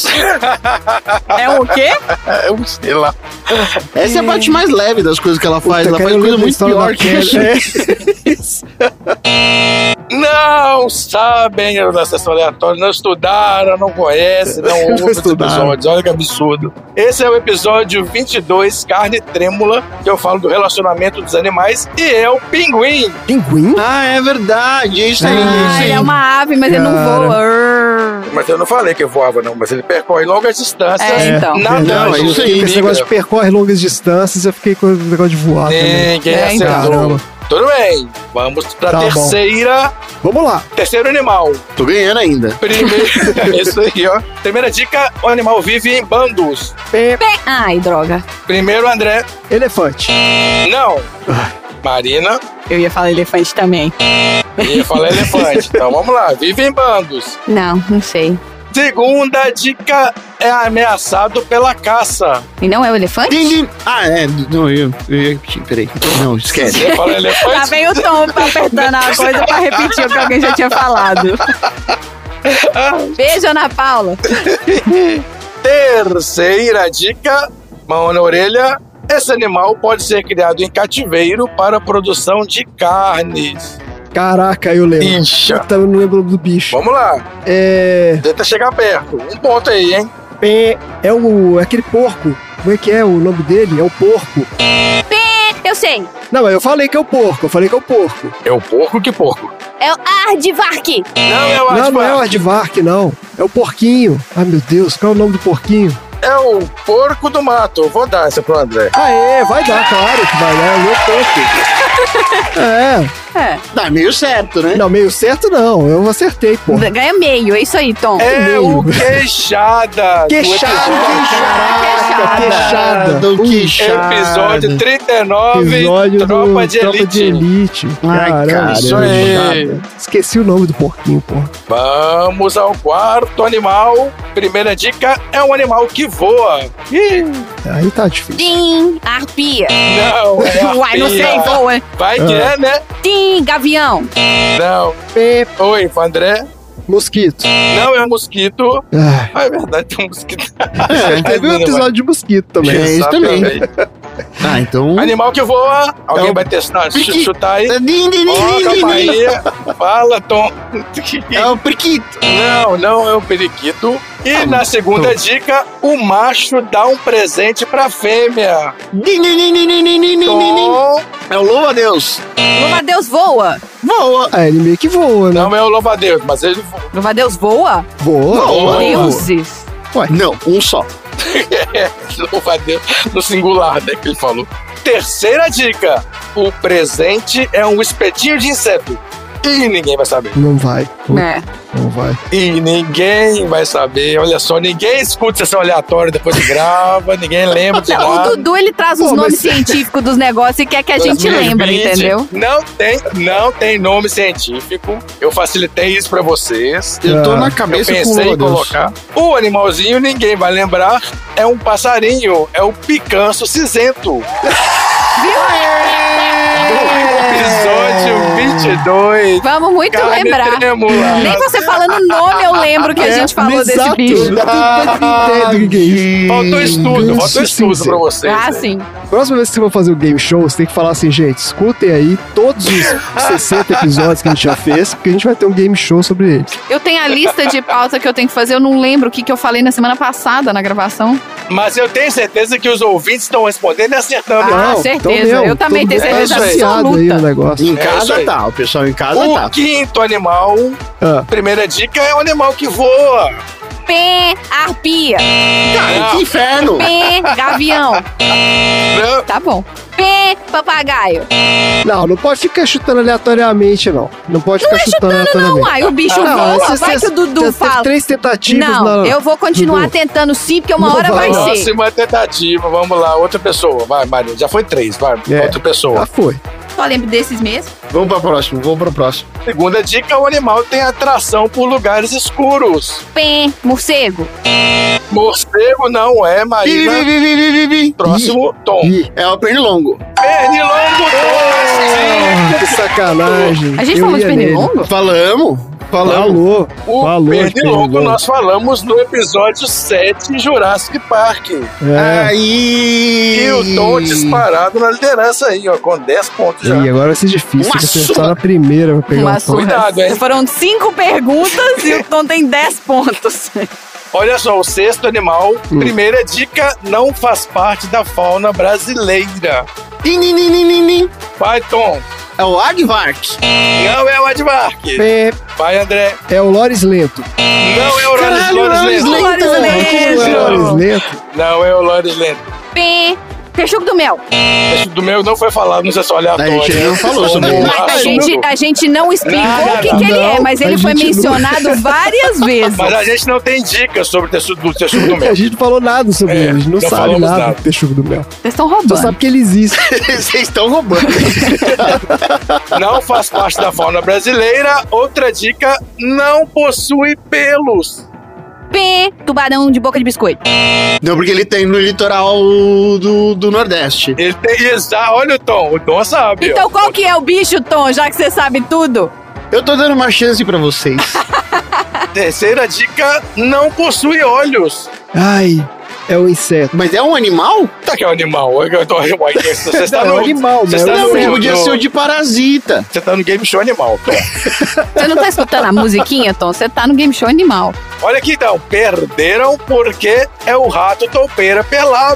É o quê? É um, sei lá. Essa é a parte mais leve das coisas que ela faz. Puta, Ela cara, faz eu coisa lembro da muito história pior da que Kelly. isso. É. Não sabem da sessão aleatória, não estudaram, não conhecem, não ouvem os estudaram. episódios. Olha que absurdo. Esse é o episódio vinte e dois, Carne Trêmula, que eu falo do relacionamento dos animais, e é o pinguim. Pinguim? Ah, é verdade. É isso aí. Ah, é isso aí. ele é uma ave, mas ele não Cara. voa. Arr. Mas eu não falei que voava, não, mas ele percorre longas distâncias. É, então. Nadando. Não, é isso aí. Com esse negócio de percorre longas distâncias, eu fiquei com o negócio de voar também. Ninguém É, então. acertou. Caramba. Tudo bem. Vamos pra Tá bom. terceira. Vamos lá. Terceiro animal. Tô ganhando ainda. Primeiro. Isso aí, ó. Primeira dica: o animal vive em bandos. Pé. Bem- Ai, droga. Primeiro, André. Elefante. Não. Marina. Eu ia falar elefante também. Ia falar elefante. Então vamos lá. Vive em bandos. Não, não sei. Segunda dica: é ameaçado pela caça. E não é o elefante? Din, din. Ah, é. Não, eu, eu ia repetir. Peraí. Não, esquece. Você fala Lá elefante? vem o Tom apertando a coisa pra repetir o que alguém já tinha falado. Beijo, Ana Paula. Terceira dica: mão na orelha. Esse animal pode ser criado em cativeiro para a produção de carnes. Caraca, eu lembro. Incha. Puta, eu não lembro do bicho. Vamos lá. É. Tenta chegar perto. Um ponto aí, hein? Pé. É o. É aquele porco. Como é que é o nome dele? É o porco. Pé, eu sei. Não, eu falei que é o porco. Eu falei que é o porco. É o porco que porco? É o Aardvark. Não é o Não, não é o Aardvark. Aardvark, não. É o porquinho. Ai, meu Deus, qual é o nome do porquinho? É é o porco do mato. Vou dar essa pro André. Aê, vai dar, claro que vai dar. É o meu ponto. É. É. Dá meio certo, né? Não, meio certo não. Eu acertei, pô. Ganha meio, é isso aí, Tom. É meio. o queixada. Queixada, Queixada. queixada. Do queixada. Episódio trinta e nove, Episódio Tropa do de Tropa Elite. de Elite. Ai, Caramba, cara, isso aí. Esqueci o nome do porquinho, pô. Vamos ao quarto animal. Primeira dica, é um animal que voa. Ih, Aí tá difícil. Tim, arpia. não, é a Uai, não sei, arpia. voa. Vai que é, né? Tim, gavião. Não. Pé, Oi, André. mosquito. Não é um mosquito. Ah, Ah, é verdade, tem um mosquito. teve um episódio de mosquito também. É, isso também. Exatamente. Ah, então... Animal que voa. Alguém É o vai testar, periquito. chutar aí. Din, din, din, Ó, din, calma din, din. aí. Fala, Tom. É o periquito. Não, não é o periquito. E na segunda dica, o macho dá um presente pra fêmea. Din, din, din, din, din, din, din, din. Tom. É o louva-a-Deus. Louva-a-Deus voa. Voa. Ah, ele meio que voa, né? Não é o louva-a-Deus, mas ele voa. Louva-a-Deus voa? Voa. Voa. Deuses. Não, um só. É, louva-a-Deus no singular, né, que ele falou. Terceira dica, o presente é um espetinho de inseto. E ninguém vai saber. Não vai. É. Não vai. E ninguém vai saber. Olha só, ninguém escuta sessão aleatória depois que grava, ninguém lembra de Não, o nada. Dudu, ele traz os Pô, nomes mas- científicos dos negócios e quer que a gente dois mil e lembre, vinte, entendeu? Não tem, não tem nome científico. Eu facilitei isso pra vocês. Eu tô Ah, na Eu cabeça com o pensei em louva-a-Deus. colocar. O animalzinho, ninguém vai lembrar, é um passarinho, é o picanço cinzento. Episódio vinte e dois. Vamos muito Carne lembrar. tremula. Nem você falando o nome eu lembro que a gente falou desse exato. bicho. Eu não entendo o que que é isso. Faltou estudo, Ganso faltou estudo cinzento. pra vocês. Ah, né? sim. Próxima vez que você for fazer o game show, você tem que falar assim, gente, escutem aí todos os sessenta episódios que a gente já fez, porque a gente vai ter um game show sobre eles. Eu tenho a lista de pauta que eu tenho que fazer, eu não lembro o que, que eu falei na semana passada na gravação. Mas eu tenho certeza que os ouvintes estão respondendo e acertando. Ah, Não, certeza. então, meu, Eu também todo tenho mundo certeza tá viciado aí no absoluta. negócio. Em É isso casa aí. tá, o pessoal em casa O tá. quinto animal, Ah, primeira dica, é um animal que voa. Pé, arpia. Cara, Não. que inferno. Pé, gavião. Não, Tá bom. Pé, papagaio. não, não pode ficar chutando aleatoriamente, não. Não pode ficar chutando Não, aleatoriamente. uai, o bicho Ah, não, voa. você- Vai que o você- Dudu você teve fala. três tentativas Não, na... eu vou continuar Dudu. tentando sim, porque uma Não hora vai, vai. ser. próxima tentativa, vamos lá, outra pessoa. Vai, Maria, já foi três, vai, É. outra pessoa. Já foi. Só lembro desses mesmo. Vamos pra próximo, vamos pra próximo. Segunda dica, o animal tem atração por lugares escuros. Pé, morcego. Morcego não é, Bi, bi, Marina. bi, bi, bi, bi, bi. Próximo, Tom. Ih, É o pernilongo. Pernilongo, ah, Tom. que sacanagem. A gente Eu falou de ia nele. pernilongo? Falamos. Falamos. Falou. O Falou de pernilongo pernilongo. nós falamos no episódio sete, Jurassic Park. É. Aí. E o Tom disparado na liderança aí, ó, com dez pontos já. E agora vai ser difícil. Uma Tem que surra. acertar na primeira pra pegar Uma o tom. surra. Cuidado, hein? Foram cinco perguntas e o Tom tem dez pontos. Olha só, o sexto animal, Hum. primeira dica, não faz parte da fauna brasileira. Din, din, din, din, din, din. Vai, Tom. É o Aardvark. Não é o Admark. É, Vai, André. é o Loris Lento. Não é o Loris Caralho, Loris Loris Lento. Lento. Loris Não é o Loris Lento. Lento. Não é o Loris Lento. Pé, Peixugo do Mel. Esse do meu não foi falado no sessão aleatória. A gente não falou sobre Como ele. Mas a assunto. gente, a gente não explicou Não, o que, que ele não, é, mas a ele foi gente não- mencionado várias vezes. Mas a gente não tem dicas sobre o texugo do, texugo do A mel. gente não falou nada sobre É, ele. A gente não, não sabe falamos nada, nada. do Texugo do Mel. Vocês estão Só roubando. sabe que ele existe. Vocês estão roubando. Não faz parte da fauna brasileira. Outra dica, não possui pelos. Pé, tubarão de boca de biscoito. Não, porque ele tem no litoral do, do Nordeste. Ele tem exa- Olha o Tom, o Tom sabe. Então ó. qual que é o bicho, Tom, já que você sabe tudo? Eu tô dando uma chance pra vocês. Terceira dica, não possui olhos. Ai, é o inseto. Mas é um animal? Tá que é um animal. Eu tô- Uai, Você está Não, no, é um animal, você mas está é um no, Não, animal. podia no- ser o de parasita. Você tá no game show animal, Tom. Você não tá escutando a musiquinha, Tom? Você tá no Game Show Animal. Olha aqui então, perderam porque é o rato toupeira pelado.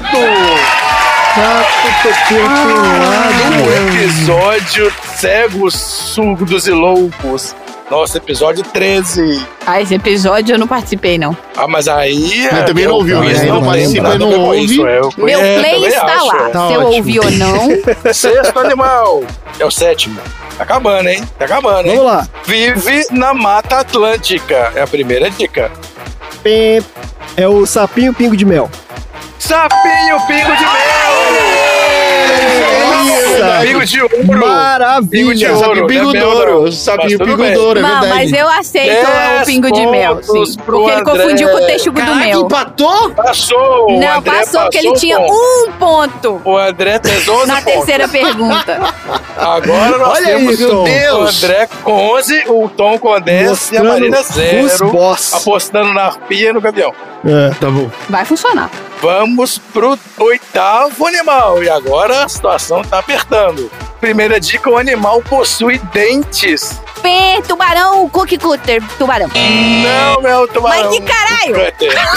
Rato topeiro No pelado. episódio Cegos, Surdos e Loucos. Nosso episódio treze. Ah, esse episódio eu não participei, não. Ah, mas aí... Mas também não ouviu, né? Não participa e não ouve. Meu play está lá. Tá Se eu ótimo. ouvi ou não. Sexto animal. É o sétimo. Tá acabando, hein? Tá acabando, hein? Vamos lá. Vive na Mata Atlântica. É a primeira dica. Pem. É o sapinho pingo de mel. Sapinho pingo de mel! Pingo de ouro. Maravilha. Pingo de ouro. Sapinho pingo Não é mel, douro. não. Sapinho Mas tudo pingo bem. douro, é Não, verdade. mas eu aceito Dez o pingo de mel, sim. pontos Porque ele pro confundiu com o André. texugo do Caraca, mel. empatou? Passou. o Não, André passou porque ele passou tinha o ponto. um ponto O André tem onze na pontos. terceira pergunta. Agora nós Olha temos isso, o Deus. André com onze, o Tom com dez e a Mostrando Marina os zero. boss. Apostando na arpia e no gavião. É. Tá bom. Vai funcionar. Vamos pro oitavo animal. E agora a situação tá apertando. Primeira dica, o animal possui dentes. Pê, tubarão, cookie cutter, tubarão. Não é o tubarão. Mas que caralho!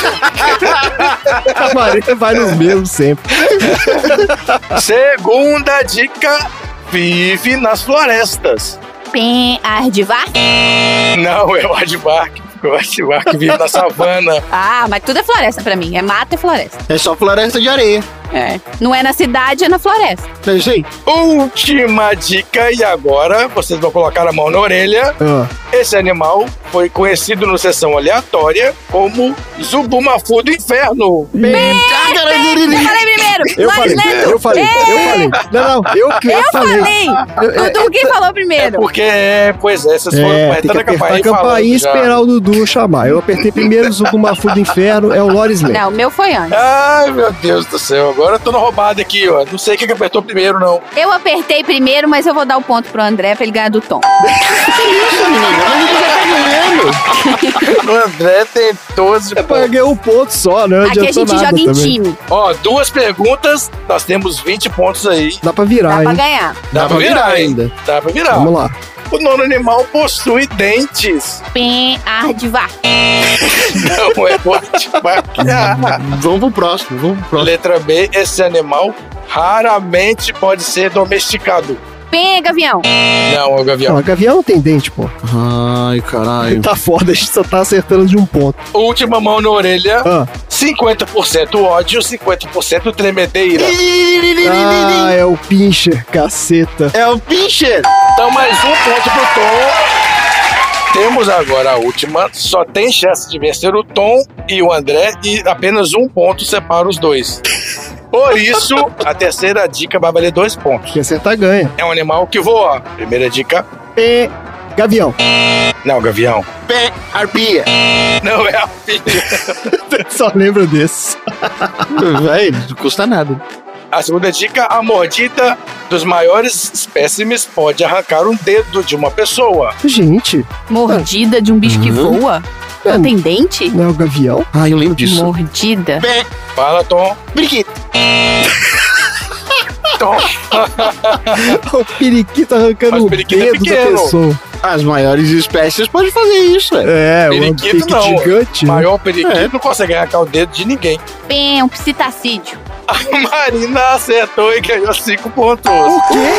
A Maria vai nos mesmos sempre. Segunda dica, vive nas florestas. Pê, ardivar. Não é o Adbark. O Adbark vive na savana. Ah, mas tudo é floresta pra mim. É mata e floresta. É só floresta de areia. É. Não é na cidade, é na floresta. É isso aí. Última dica, e agora vocês vão colocar a mão na orelha. Ah. Esse animal foi conhecido no Sessão Aleatória como Zubumafu do Inferno. Eu falei primeiro. Eu Nós falei, lemos. eu falei, eu falei. Não, não, eu que eu, Eu falei. falei. Eu- Dudu, quem falou primeiro? Porque, é, pois é, vocês foram É, tem que apertando a apertar campainha a e falando campainha e já. esperar o Dudu chamar. Eu apertei primeiro o Zubumafu do Inferno, é o Loris Lane. Não, o meu foi antes. Ai, meu Deus do céu, agora eu tô na roubada aqui, ó. Não sei quem que apertou primeiro, não. Eu apertei primeiro, mas eu vou dar o ponto pro André pra ele ganhar do Tom. Isso, menina. Mas você já tá ganhando. O André tem doze Eu pontos. paguei um ponto só, né? Não Aqui a adiantou gente nada joga em também. time. Ó, duas perguntas, nós temos vinte pontos aí. Dá pra virar, Dá pra hein? ganhar. Dá, pra virar, hein? ainda. Dá pra virar. Vamos lá. O nono animal possui dentes. Pê, ardivar. Não é o Adbark. Vamos pro próximo, vamos pro próximo. Letra B, esse animal raramente pode ser domesticado. Pê, gavião. Não, é o gavião. Não, gavião não tem dente, pô. Ai, caralho. Tá foda, a gente só tá acertando de um ponto. Última mão na orelha. Ah, cinquenta por cento ódio, cinquenta por cento tremedeira. ah é o Pincher, caceta. É o Pincher. Então mais um ponto pro Tom. Temos agora a última. Só tem chance de vencer o Tom e o André. E apenas um ponto separa os dois. Por isso, a terceira dica vai valer dois pontos. Quem acertar ganha. É um animal que voa. Primeira dica. Pê, gavião. Não, gavião. Pé, arpia. Não é a filha. Só lembro desse. Vai, não custa nada. A segunda dica, a mordida dos maiores espécimes pode arrancar um dedo de uma pessoa. Gente, Mordida de um bicho que Uhum. voa? Não tem dente? não é o gavião? Ah, eu lembro disso. Mordida. Pé, Fala, Tom. periquito. Tom. O periquito arrancando Mas o o periquito é dedo da pequeno. pessoa. As maiores espécies podem fazer isso, velho. É, o Periquito periquito não. gigante. né? Maior periquito É. não consegue arrancar o dedo de ninguém. Pê, um psitacídeo. A Marina acertou e ganhou cinco pontos. O quê?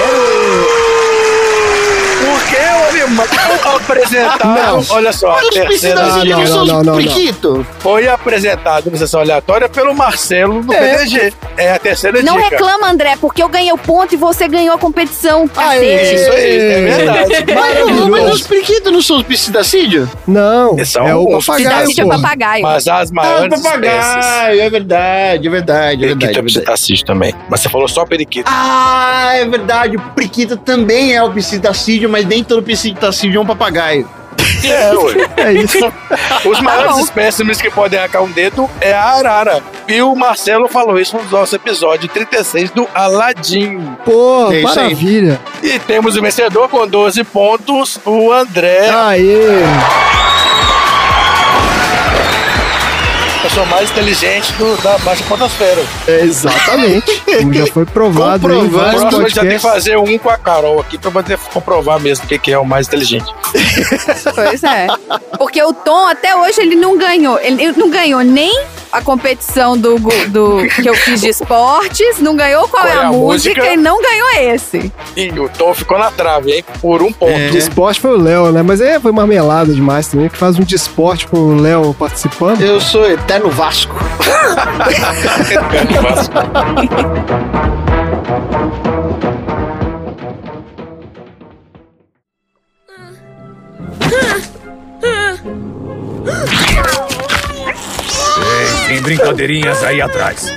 Porque o animal apresentado. Não. Olha só, a Olha os terceira Ah, precisa não, de não, não, não, periquito. foi apresentado na sessão aleatória pelo Marcelo do É. P D G. É a terceira Não dica. reclama, André, porque eu ganhei o ponto e você ganhou a competição. Aê! Cacete. Isso aí, é verdade. Mas, mas Maravilhoso. os periquitos não são os psitacídeos? Não, São é o os papagaio, Psitacídeo é pô. papagaio. Mas as Ah, maiores espécies. papagaio, é verdade, é verdade, é verdade. Periquito É é verdade. psitacídeo também. Mas você falou só periquito. Ah, é verdade. O periquito também é o psitacídeo, mas nem todo psitacídio é um papagaio. É, ué. É isso. Os maiores bom. espécimes que podem arrancar um dedo é a arara. E o Marcelo falou isso no nosso episódio trinta e seis do Aladim. Pô, É isso aí. maravilha. E temos o vencedor com doze pontos, o André. Aê. Eu pessoa mais inteligente do, da baixa podosfera. É, exatamente. Como já foi provado. Comprovando. Em vários Próximo a gente já tem que podcasts. fazer um com a Carol aqui pra poder comprovar mesmo quem que é o mais inteligente. Pois é. Porque o Tom, até hoje, ele não ganhou. Ele não ganhou nem a competição do, do que eu fiz de esportes, não ganhou qual, qual é a, a música, música e não ganhou esse. E o Tom ficou na trave, hein? Por um ponto. É. De esporte foi o Léo, né? Mas é, foi marmelada demais também, que faz um de esporte com o Léo participando. Eu sou eterno Vasco. Eterno Vasco. Ei, tem brincadeirinhas aí atrás.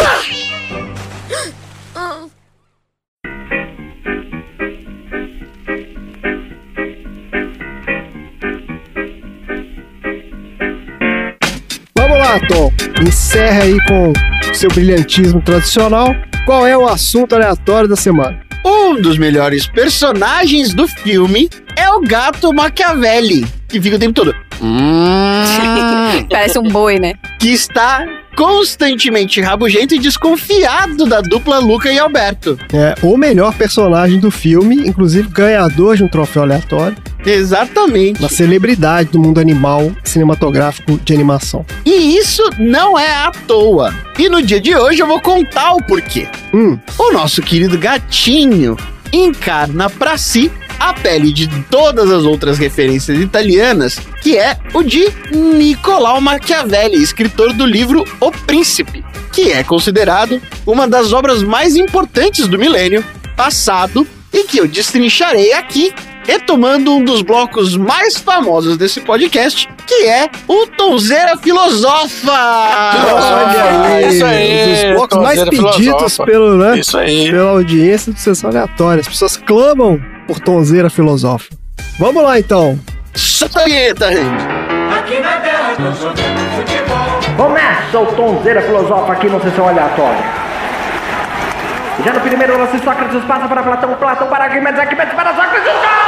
Vamos lá, Tom. Encerra aí com o seu brilhantismo tradicional. Qual é o assunto aleatório da semana? Um dos melhores personagens do filme é o gato Machiavelli, que fica o tempo todo... Hum, parece um boi, né? Que está constantemente rabugento e desconfiado da dupla Luca e Alberto. É, o melhor personagem do filme, inclusive ganhador de um troféu aleatório. Exatamente. Uma celebridade do mundo animal cinematográfico de animação. E isso não é à toa. E no dia de hoje eu vou contar o porquê. Hum. O nosso querido gatinho encarna pra si a pele de todas as outras referências italianas, que é o de Niccolò Machiavelli, escritor do livro O Príncipe, que é considerado uma das obras mais importantes do milênio passado e que eu destrincharei aqui, retomando um dos blocos mais famosos desse podcast, que é o Tonzeira Filosofa! Olha aí, isso aí, um dos blocos mais pedidos Filosofa. pelo, né, isso aí. pela audiência do Sessão Aleatória. As pessoas clamam por Tonzeira Filosofa. Vamos lá, então. Solta a vinheta, gente! Aqui na terra nós jogamos futebol. Começa o Tonzeira Filosofa aqui no Sessão Aleatória. Já no primeiro lance, Sócrates passa para Platão, Platão para Arquimedes, Arquimedes para Sócrates,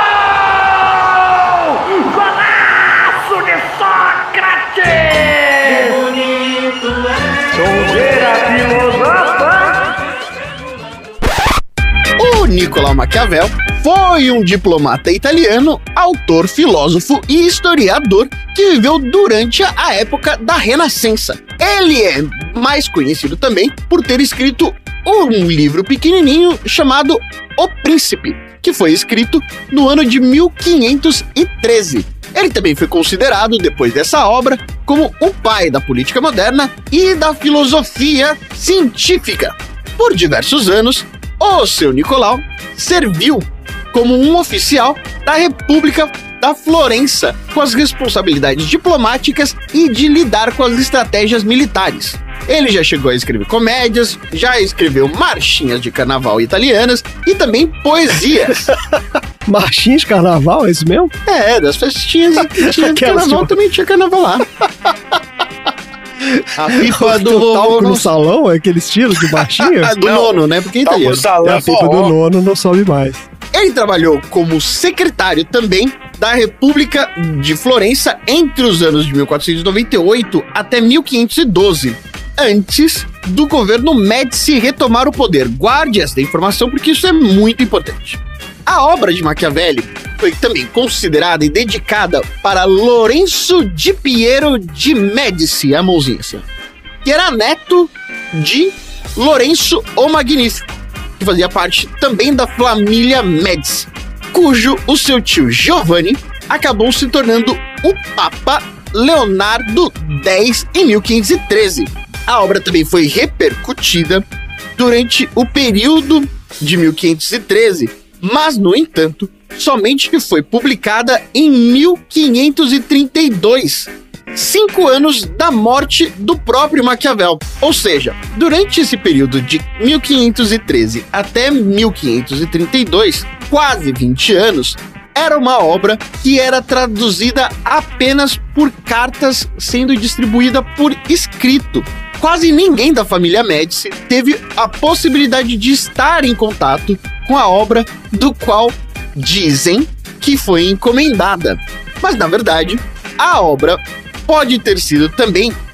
gol! Golaço de Sócrates! Que bonito é! Tonzeira Filosofa! O Niccolò Maquiavel foi um diplomata italiano, autor, filósofo e historiador que viveu durante a época da Renascença. Ele é mais conhecido também por ter escrito um livro pequenininho chamado O Príncipe, que foi escrito no ano de mil quinhentos e treze. Ele também foi considerado, depois dessa obra, como o pai da política moderna e da filosofia científica. Por diversos anos, o seu Niccolò serviu como um oficial da República da Florença, com as responsabilidades diplomáticas e de lidar com as estratégias militares. Ele já chegou a escrever comédias, já escreveu marchinhas de carnaval italianas e também poesias. Marchinhas de carnaval, é isso mesmo? É, das festinhas de carnaval de... também tinha carnaval lá. A pipa do talco no... no salão, é aquele estilo de marchinha? do Não, nono, né? Porque é italiano. Salão, é a pipa do nono não sobe mais. Ele trabalhou como secretário também da República de Florença entre os anos de mil quatrocentos e noventa e oito até mil quinhentos e doze, antes do governo Médici retomar o poder. Guarde essa informação porque isso é muito importante. A obra de Machiavelli foi também considerada e dedicada para Lorenzo di Piero de Médici, a mãozinha assim, que era neto de Lourenço o Magnífico, que fazia parte também da família Médici, cujo o seu tio Giovanni acabou se tornando o Papa Leonardo X em mil quinhentos e treze. A obra também foi repercutida durante o período de mil quinhentos e treze, mas, no entanto, somente que foi publicada em mil quinhentos e trinta e dois, cinco anos da morte do próprio Maquiavel. Ou seja, durante esse período de mil quinhentos e treze até mil quinhentos e trinta e dois, quase vinte anos, era uma obra que era traduzida apenas por cartas sendo distribuída por escrito. Quase ninguém da família Médici teve a possibilidade de estar em contato com a obra do qual dizem que foi encomendada. Mas, na verdade, a obra pode ter sido também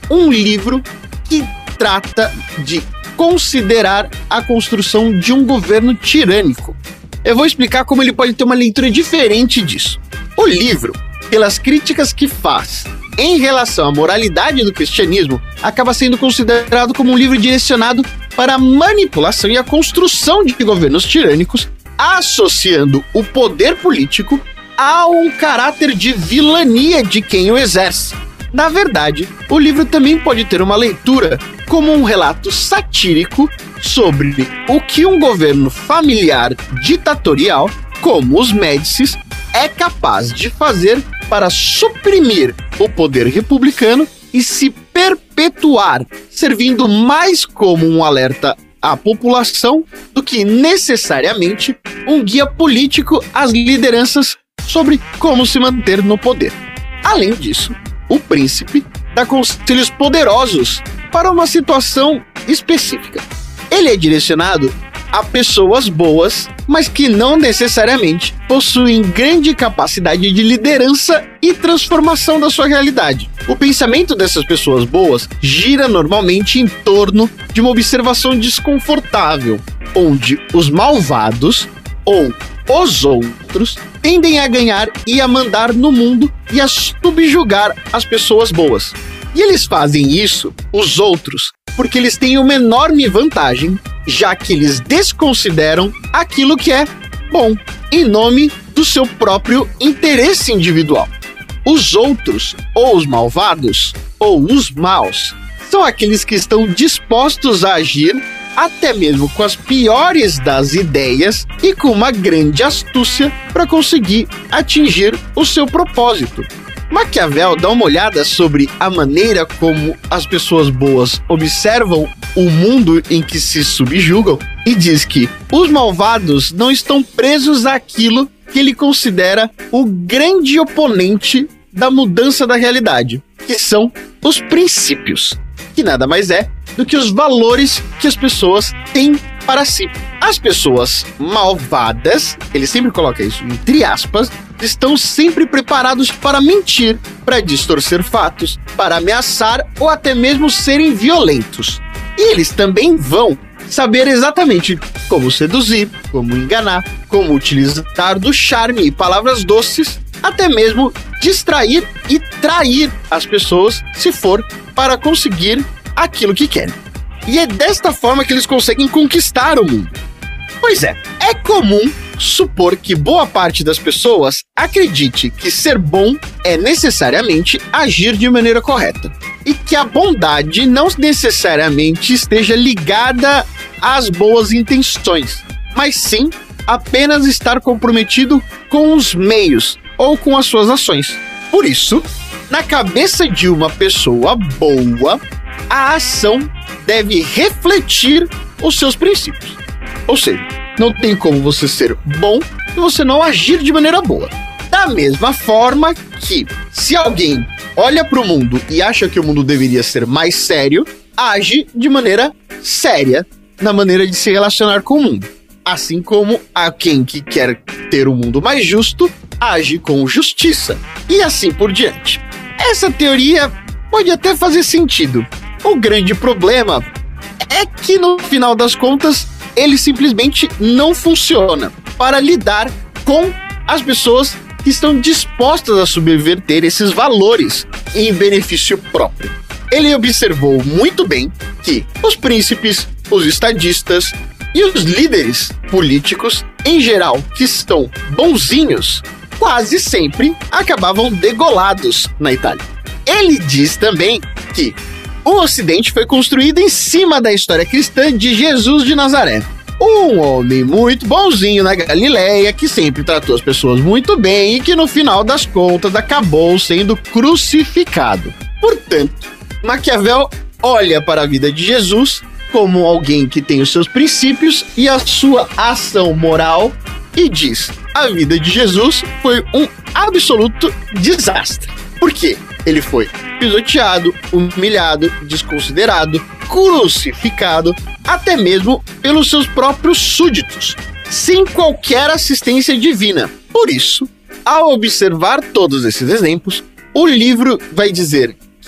um livro que trata de considerar a construção de um governo tirânico. Eu vou explicar como ele pode ter uma leitura diferente disso. O livro, pelas críticas que faz em relação à moralidade do cristianismo, acaba sendo considerado como um livro direcionado para a manipulação e a construção de governos tirânicos, associando o poder político a um caráter de vilania de quem o exerce. Na verdade, o livro também pode ter uma leitura como um relato satírico sobre o que um governo familiar ditatorial, como os Médicis, é capaz de fazer para suprimir o poder republicano e se perpetuar, servindo mais como um alerta à população do que necessariamente um guia político às lideranças sobre como se manter no poder. Além disso, o príncipe dá conselhos poderosos para uma situação específica. Ele é direcionado a pessoas boas, mas que não necessariamente possuem grande capacidade de liderança e transformação da sua realidade. O pensamento dessas pessoas boas gira normalmente em torno de uma observação desconfortável, onde os malvados ou os outros tendem a ganhar e a mandar no mundo e a subjugar as pessoas boas. E eles fazem isso, os outros, porque eles têm uma enorme vantagem, já que eles desconsideram aquilo que é bom, em nome do seu próprio interesse individual. Os outros, ou os malvados, ou os maus, são aqueles que estão dispostos a agir até mesmo com as piores das ideias e com uma grande astúcia para conseguir atingir o seu propósito. Maquiavel dá uma olhada sobre a maneira como as pessoas boas observam o mundo em que se subjugam e diz que os malvados não estão presos àquilo que ele considera o grande oponente da mudança da realidade, que são os princípios, que nada mais é do que os valores que as pessoas têm para si. As pessoas malvadas, ele sempre coloca isso entre aspas, estão sempre preparados para mentir, para distorcer fatos, para ameaçar ou até mesmo serem violentos. E eles também vão saber exatamente como seduzir, como enganar, como utilizar do charme e palavras doces, até mesmo distrair e trair as pessoas se for para conseguir aquilo que querem. E é desta forma que eles conseguem conquistar o mundo. Pois é, é comum supor que boa parte das pessoas acredite que ser bom é necessariamente agir de maneira correta. E que a bondade não necessariamente esteja ligada às boas intenções, mas sim apenas estar comprometido com os meios ou com as suas ações. Por isso, na cabeça de uma pessoa boa, a ação deve refletir os seus princípios. Ou seja, não tem como você ser bom e você não agir de maneira boa. Da mesma forma que, se alguém olha para o mundo e acha que o mundo deveria ser mais sério, age de maneira séria na maneira de se relacionar com o mundo. Assim como a quem que quer ter um mundo mais justo, age com justiça. E assim por diante. Essa teoria pode até fazer sentido. O grande problema é que, no final das contas, ele simplesmente não funciona para lidar com as pessoas que estão dispostas a subverter esses valores em benefício próprio. Ele observou muito bem que os príncipes, os estadistas e os líderes políticos, em geral, que estão bonzinhos, quase sempre acabavam degolados na Itália. Ele diz também que o Ocidente foi construído em cima da história cristã de Jesus de Nazaré. Um homem muito bonzinho na Galileia, que sempre tratou as pessoas muito bem e que no final das contas acabou sendo crucificado. Portanto, Maquiavel olha para a vida de Jesus como alguém que tem os seus princípios e a sua ação moral e diz: a vida de Jesus foi um absoluto desastre. Por quê? Ele foi pisoteado, humilhado, desconsiderado, crucificado, até mesmo pelos seus próprios súditos, sem qualquer assistência divina. Por isso, ao observar todos esses exemplos, o livro vai dizer que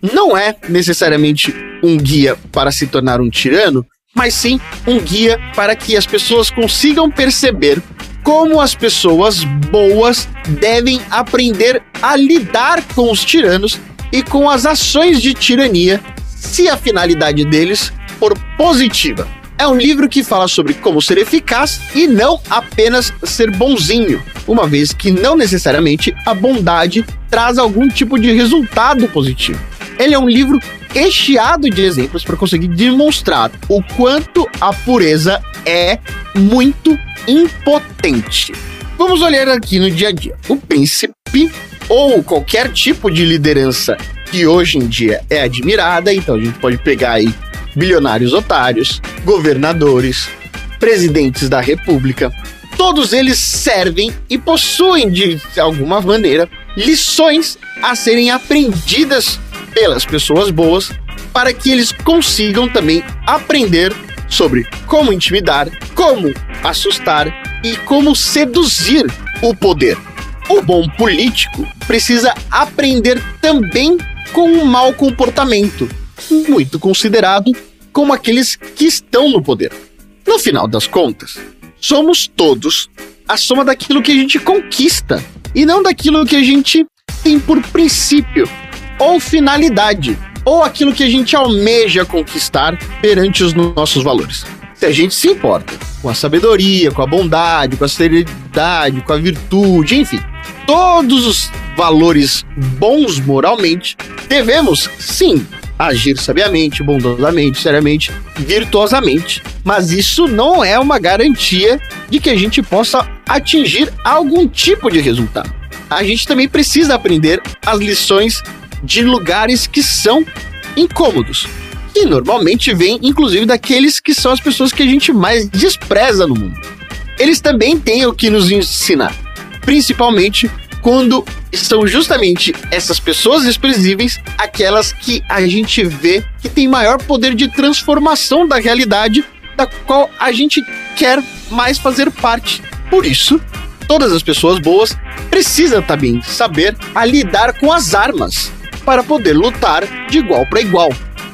não é necessariamente um guia para se tornar um tirano, mas sim um guia para que as pessoas consigam perceber como as pessoas boas devem aprender a lidar com os tiranos e com as ações de tirania, se a finalidade deles for positiva. É um livro que fala sobre como ser eficaz e não apenas ser bonzinho, uma vez que não necessariamente a bondade traz algum tipo de resultado positivo. Ele é um livro recheado de exemplos para conseguir demonstrar o quanto a pureza é muito impotente. Vamos olhar aqui no dia a dia. O príncipe ou qualquer tipo de liderança que hoje em dia é admirada, então a gente pode pegar aí bilionários otários, governadores, presidentes da república, todos eles servem e possuem de alguma maneira lições a serem aprendidas pelas pessoas boas para que eles consigam também aprender sobre como intimidar, como assustar e como seduzir o poder. O bom político precisa aprender também com um mau comportamento, muito considerado como aqueles que estão no poder. No final das contas, somos todos a soma daquilo que a gente conquista e não daquilo que a gente tem por princípio ou finalidade, ou aquilo que a gente almeja conquistar perante os nossos valores. Se a gente se importa com a sabedoria, com a bondade, com a serenidade, com a virtude, enfim, todos os valores bons moralmente, devemos, sim, agir sabiamente, bondosamente, seriamente, virtuosamente. Mas isso não é uma garantia de que a gente possa atingir algum tipo de resultado. A gente também precisa aprender as lições de lugares que são incômodos, e normalmente vêm, inclusive, daqueles que são as pessoas que a gente mais despreza no mundo. Eles também têm o que nos ensinar, principalmente quando são justamente essas pessoas desprezíveis aquelas que a gente vê que tem maior poder de transformação da realidade da qual a gente quer mais fazer parte. Por isso, todas as pessoas boas precisam também saber a lidar com as armas para poder lutar de igual para igual.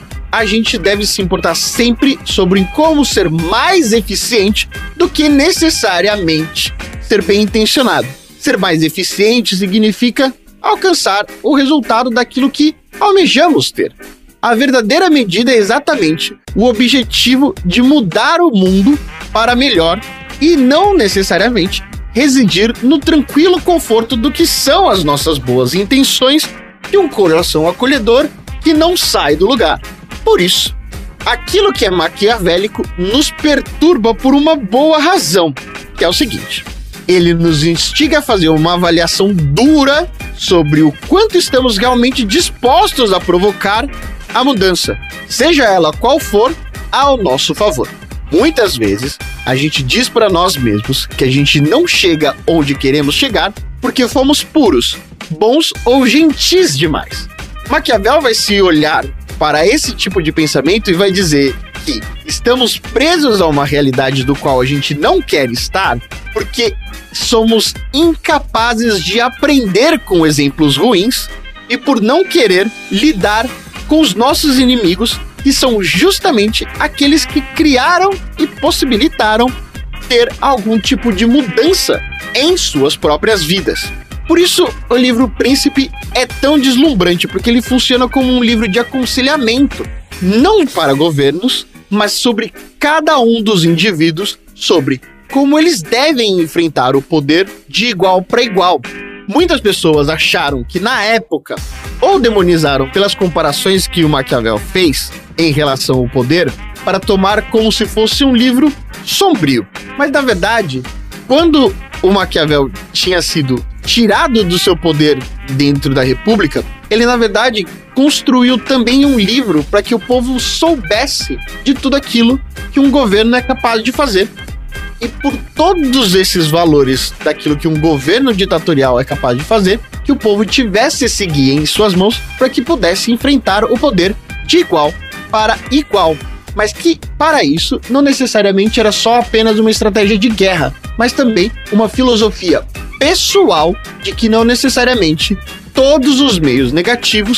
A gente deve se importar sempre sobre como ser mais eficiente do que necessariamente ser bem intencionado. Ser mais eficiente significa alcançar o resultado daquilo que almejamos ter. A verdadeira medida é exatamente o objetivo de mudar o mundo para melhor e não necessariamente residir no tranquilo conforto do que são as nossas boas intenções e um coração acolhedor que não sai do lugar. Por isso, aquilo que é maquiavélico nos perturba por uma boa razão, que é o seguinte: ele nos instiga a fazer uma avaliação dura sobre o quanto estamos realmente dispostos a provocar a mudança, seja ela qual for, ao nosso favor. Muitas vezes, a gente diz para nós mesmos que a gente não chega onde queremos chegar porque fomos puros, bons ou gentis demais. Maquiavel vai se olhar para esse tipo de pensamento e vai dizer que estamos presos a uma realidade do qual a gente não quer estar porque somos incapazes de aprender com exemplos ruins e por não querer lidar com os nossos inimigos, que são justamente aqueles que criaram e possibilitaram ter algum tipo de mudança em suas próprias vidas. Por isso, o livro Príncipe é tão deslumbrante, porque ele funciona como um livro de aconselhamento, não para governos, mas sobre cada um dos indivíduos, sobre como eles devem enfrentar o poder de igual para igual. Muitas pessoas acharam que na época, ou demonizaram pelas comparações que o Maquiavel fez em relação ao poder, para tomar como se fosse um livro sombrio. Mas na verdade, quando o Maquiavel tinha sido tirado do seu poder dentro da República, ele na verdade construiu também um livro para que o povo soubesse de tudo aquilo que um governo é capaz de fazer. E por todos esses valores daquilo que um governo ditatorial é capaz de fazer, que o povo tivesse esse guia em suas mãos para que pudesse enfrentar o poder de igual para igual. Mas que, para isso, não necessariamente era só apenas uma estratégia de guerra, mas também uma filosofia pessoal de que não necessariamente todos os meios negativos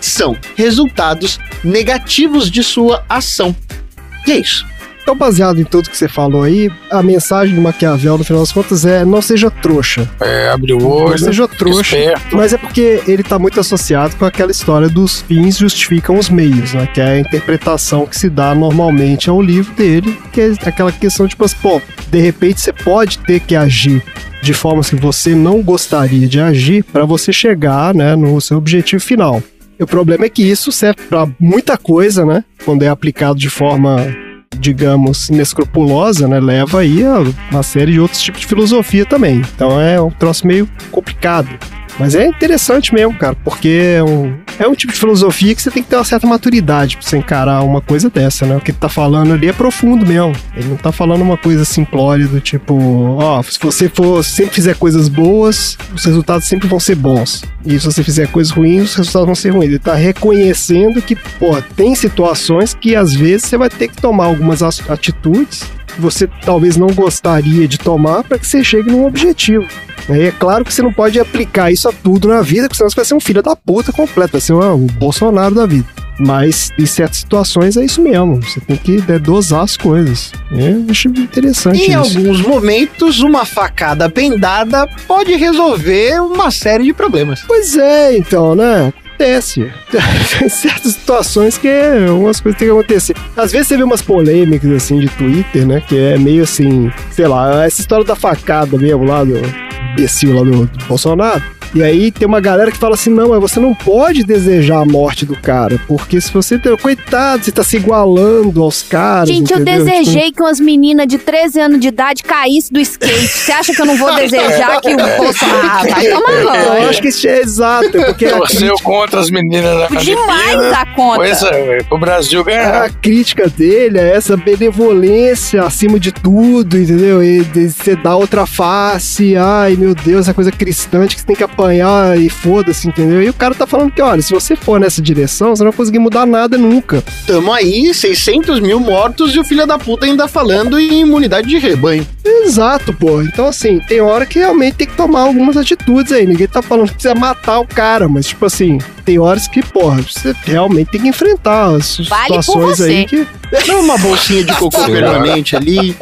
são resultados negativos de sua ação. E é isso. Então, baseado em tudo que você falou aí, a mensagem do Maquiavel, no final das contas, é não seja trouxa. É, abre o olho. Não seja trouxa. Esperto. Mas é porque ele tá muito associado com aquela história dos fins justificam os meios, né? Que é a interpretação que se dá normalmente ao livro dele, que é aquela questão tipo assim, pô, de repente você pode ter que agir de formas que você não gostaria de agir para você chegar, né, no seu objetivo final. E o problema é que isso serve para muita coisa, né? Quando é aplicado de forma, digamos, inescrupulosa, né, leva aí a uma série de outros tipos de filosofia também. Então é um troço meio complicado. Mas é interessante mesmo, cara, porque é um, é um tipo de filosofia que você tem que ter uma certa maturidade pra você encarar uma coisa dessa, né? O que ele tá falando ali é profundo mesmo. Ele não tá falando uma coisa simplória do tipo, ó, oh, se você for, sempre fizer coisas boas, os resultados sempre vão ser bons. E se você fizer coisas ruins, os resultados vão ser ruins. Ele tá reconhecendo que, pô, tem situações que às vezes você vai ter que tomar algumas atitudes que você talvez não gostaria de tomar para que você chegue num objetivo. E é claro que você não pode aplicar isso a tudo na vida, porque senão você vai ser um filho da puta completo, vai ser um, um Bolsonaro da vida. Mas em certas situações é isso mesmo, você tem que né, dosar as coisas. Eu acho interessante em isso. Em alguns momentos, uma facada bem dada pode resolver uma série de problemas. Pois é, então, né? Acontece. Tem certas situações que umas coisas têm que acontecer. Às vezes você vê umas polêmicas assim de Twitter, né? Que é meio assim, sei lá, essa história da facada mesmo lá do imbecil lá do, do Bolsonaro. E aí tem uma galera que fala assim, não, mas você não pode desejar a morte do cara, porque se você... Coitado, você tá se igualando aos caras, gente, entendeu? eu desejei tipo... que umas meninas de treze anos de idade caíssem do skate. Você acha que eu não vou desejar que o Bolsonaro... Ah, vai tomar banho. Eu acho que isso é exato, porque... Torceu contra as meninas na Demais da conta. Pois é, o Brasil ganhar. A crítica dele é essa benevolência acima de tudo, entendeu? E você dá outra face, ai meu Deus, essa coisa cristã que você tem que apanhar e foda-se, entendeu? E o cara tá falando que, olha, se você for nessa direção, você não vai conseguir mudar nada nunca. Tamo aí, seiscentos mil mortos e o filho da puta ainda falando em imunidade de rebanho. Exato, pô. Então, assim, tem hora que realmente tem que tomar algumas atitudes aí. Ninguém tá falando que precisa matar o cara, mas, tipo assim, tem horas que, porra, você realmente tem que enfrentar as vale situações aí que... Dá uma bolsinha de cocô permanente ali.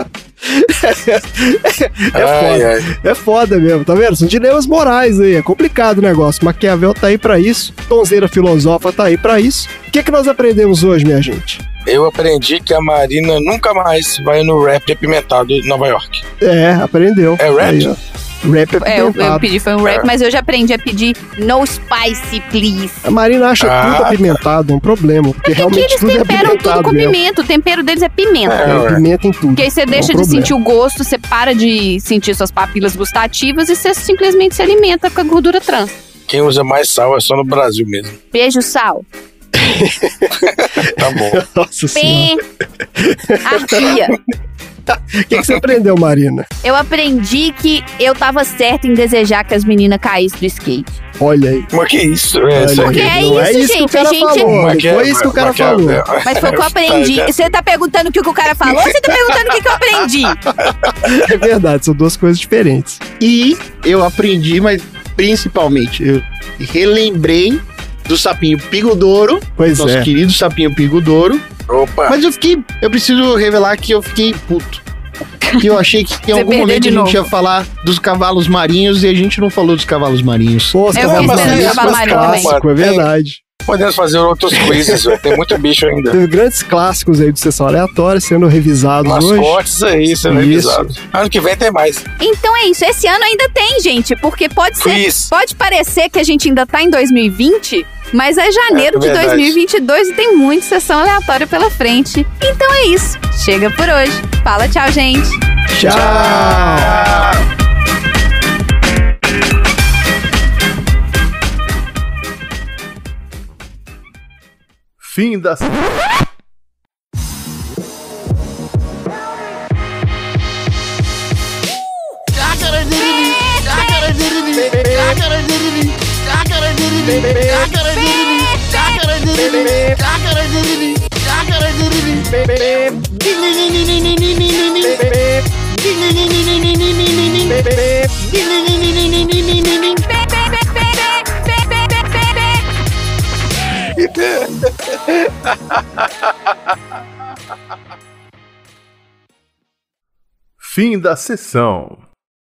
É ai, foda. ai. É foda mesmo, tá vendo? São dilemas morais aí, é complicado o negócio. Maquiavel tá aí pra isso, Tonzeira Filosofa tá aí pra isso. O que que nós aprendemos hoje, minha gente? Eu aprendi que a Marina nunca mais vai no rap apimentado de Nova York. É, aprendeu. É rap? Aí, ó. Rap É, eu, apimentado. eu pedi foi um rap, É. mas eu já aprendi a pedir no spicy, please. A Marina acha Ah, tudo apimentado, é um problema, porque Porque realmente eles tudo é temperam tudo apimentado com mesmo. pimenta. O tempero deles é pimenta. É, É, ué. pimenta em tudo. Porque aí você É um deixa de problema. sentir o gosto, você para de sentir suas papilas gustativas e você simplesmente se alimenta com a gordura trans. Quem usa mais sal é só no Brasil mesmo. Beijo, sal. Tá bom. Nossa senhora. Pé. Arpia. O que, que você aprendeu, Marina? Eu aprendi que eu tava certa em desejar que as meninas caíssem do skate. Olha aí. Mas que isso? É, Olha isso aí. Porque aqui. é Não é isso, isso que o gente, cara a gente- falou. Não Maquia- foi isso que o cara falou. Maquiavel. Mas foi o que eu aprendi. Tá, Você tá perguntando o que o cara falou ou você tá perguntando o que que eu aprendi? É verdade, são duas coisas diferentes. E eu aprendi, mas principalmente, eu relembrei do sapinho Pigodouro, Pois nosso é. querido sapinho Pigodouro. Opa. Mas eu fiquei, eu preciso revelar que eu fiquei puto. Que eu achei que em Você algum perdeu momento de a gente novo. ia falar dos cavalos marinhos e a gente não falou dos cavalos marinhos. Pô, os Eu cavalos fiquei marinhos esperando são o cavalo marinho clássico, é verdade. Podemos fazer outros quizzes, vai ter muito bicho ainda. Teve grandes clássicos aí de sessão aleatória sendo revisados hoje. Mascotes aí, sendo Isso. revisados. Ano que vem tem mais. Então é isso. Esse ano ainda tem, gente. Porque pode ser. Quiz. Pode parecer que a gente ainda tá em dois mil e vinte, mas é janeiro É de verdade. dois mil e vinte e dois e tem muita sessão aleatória pela frente. Então é isso. Chega por hoje. Fala tchau, gente. Tchau! Fim da... Fim da sessão.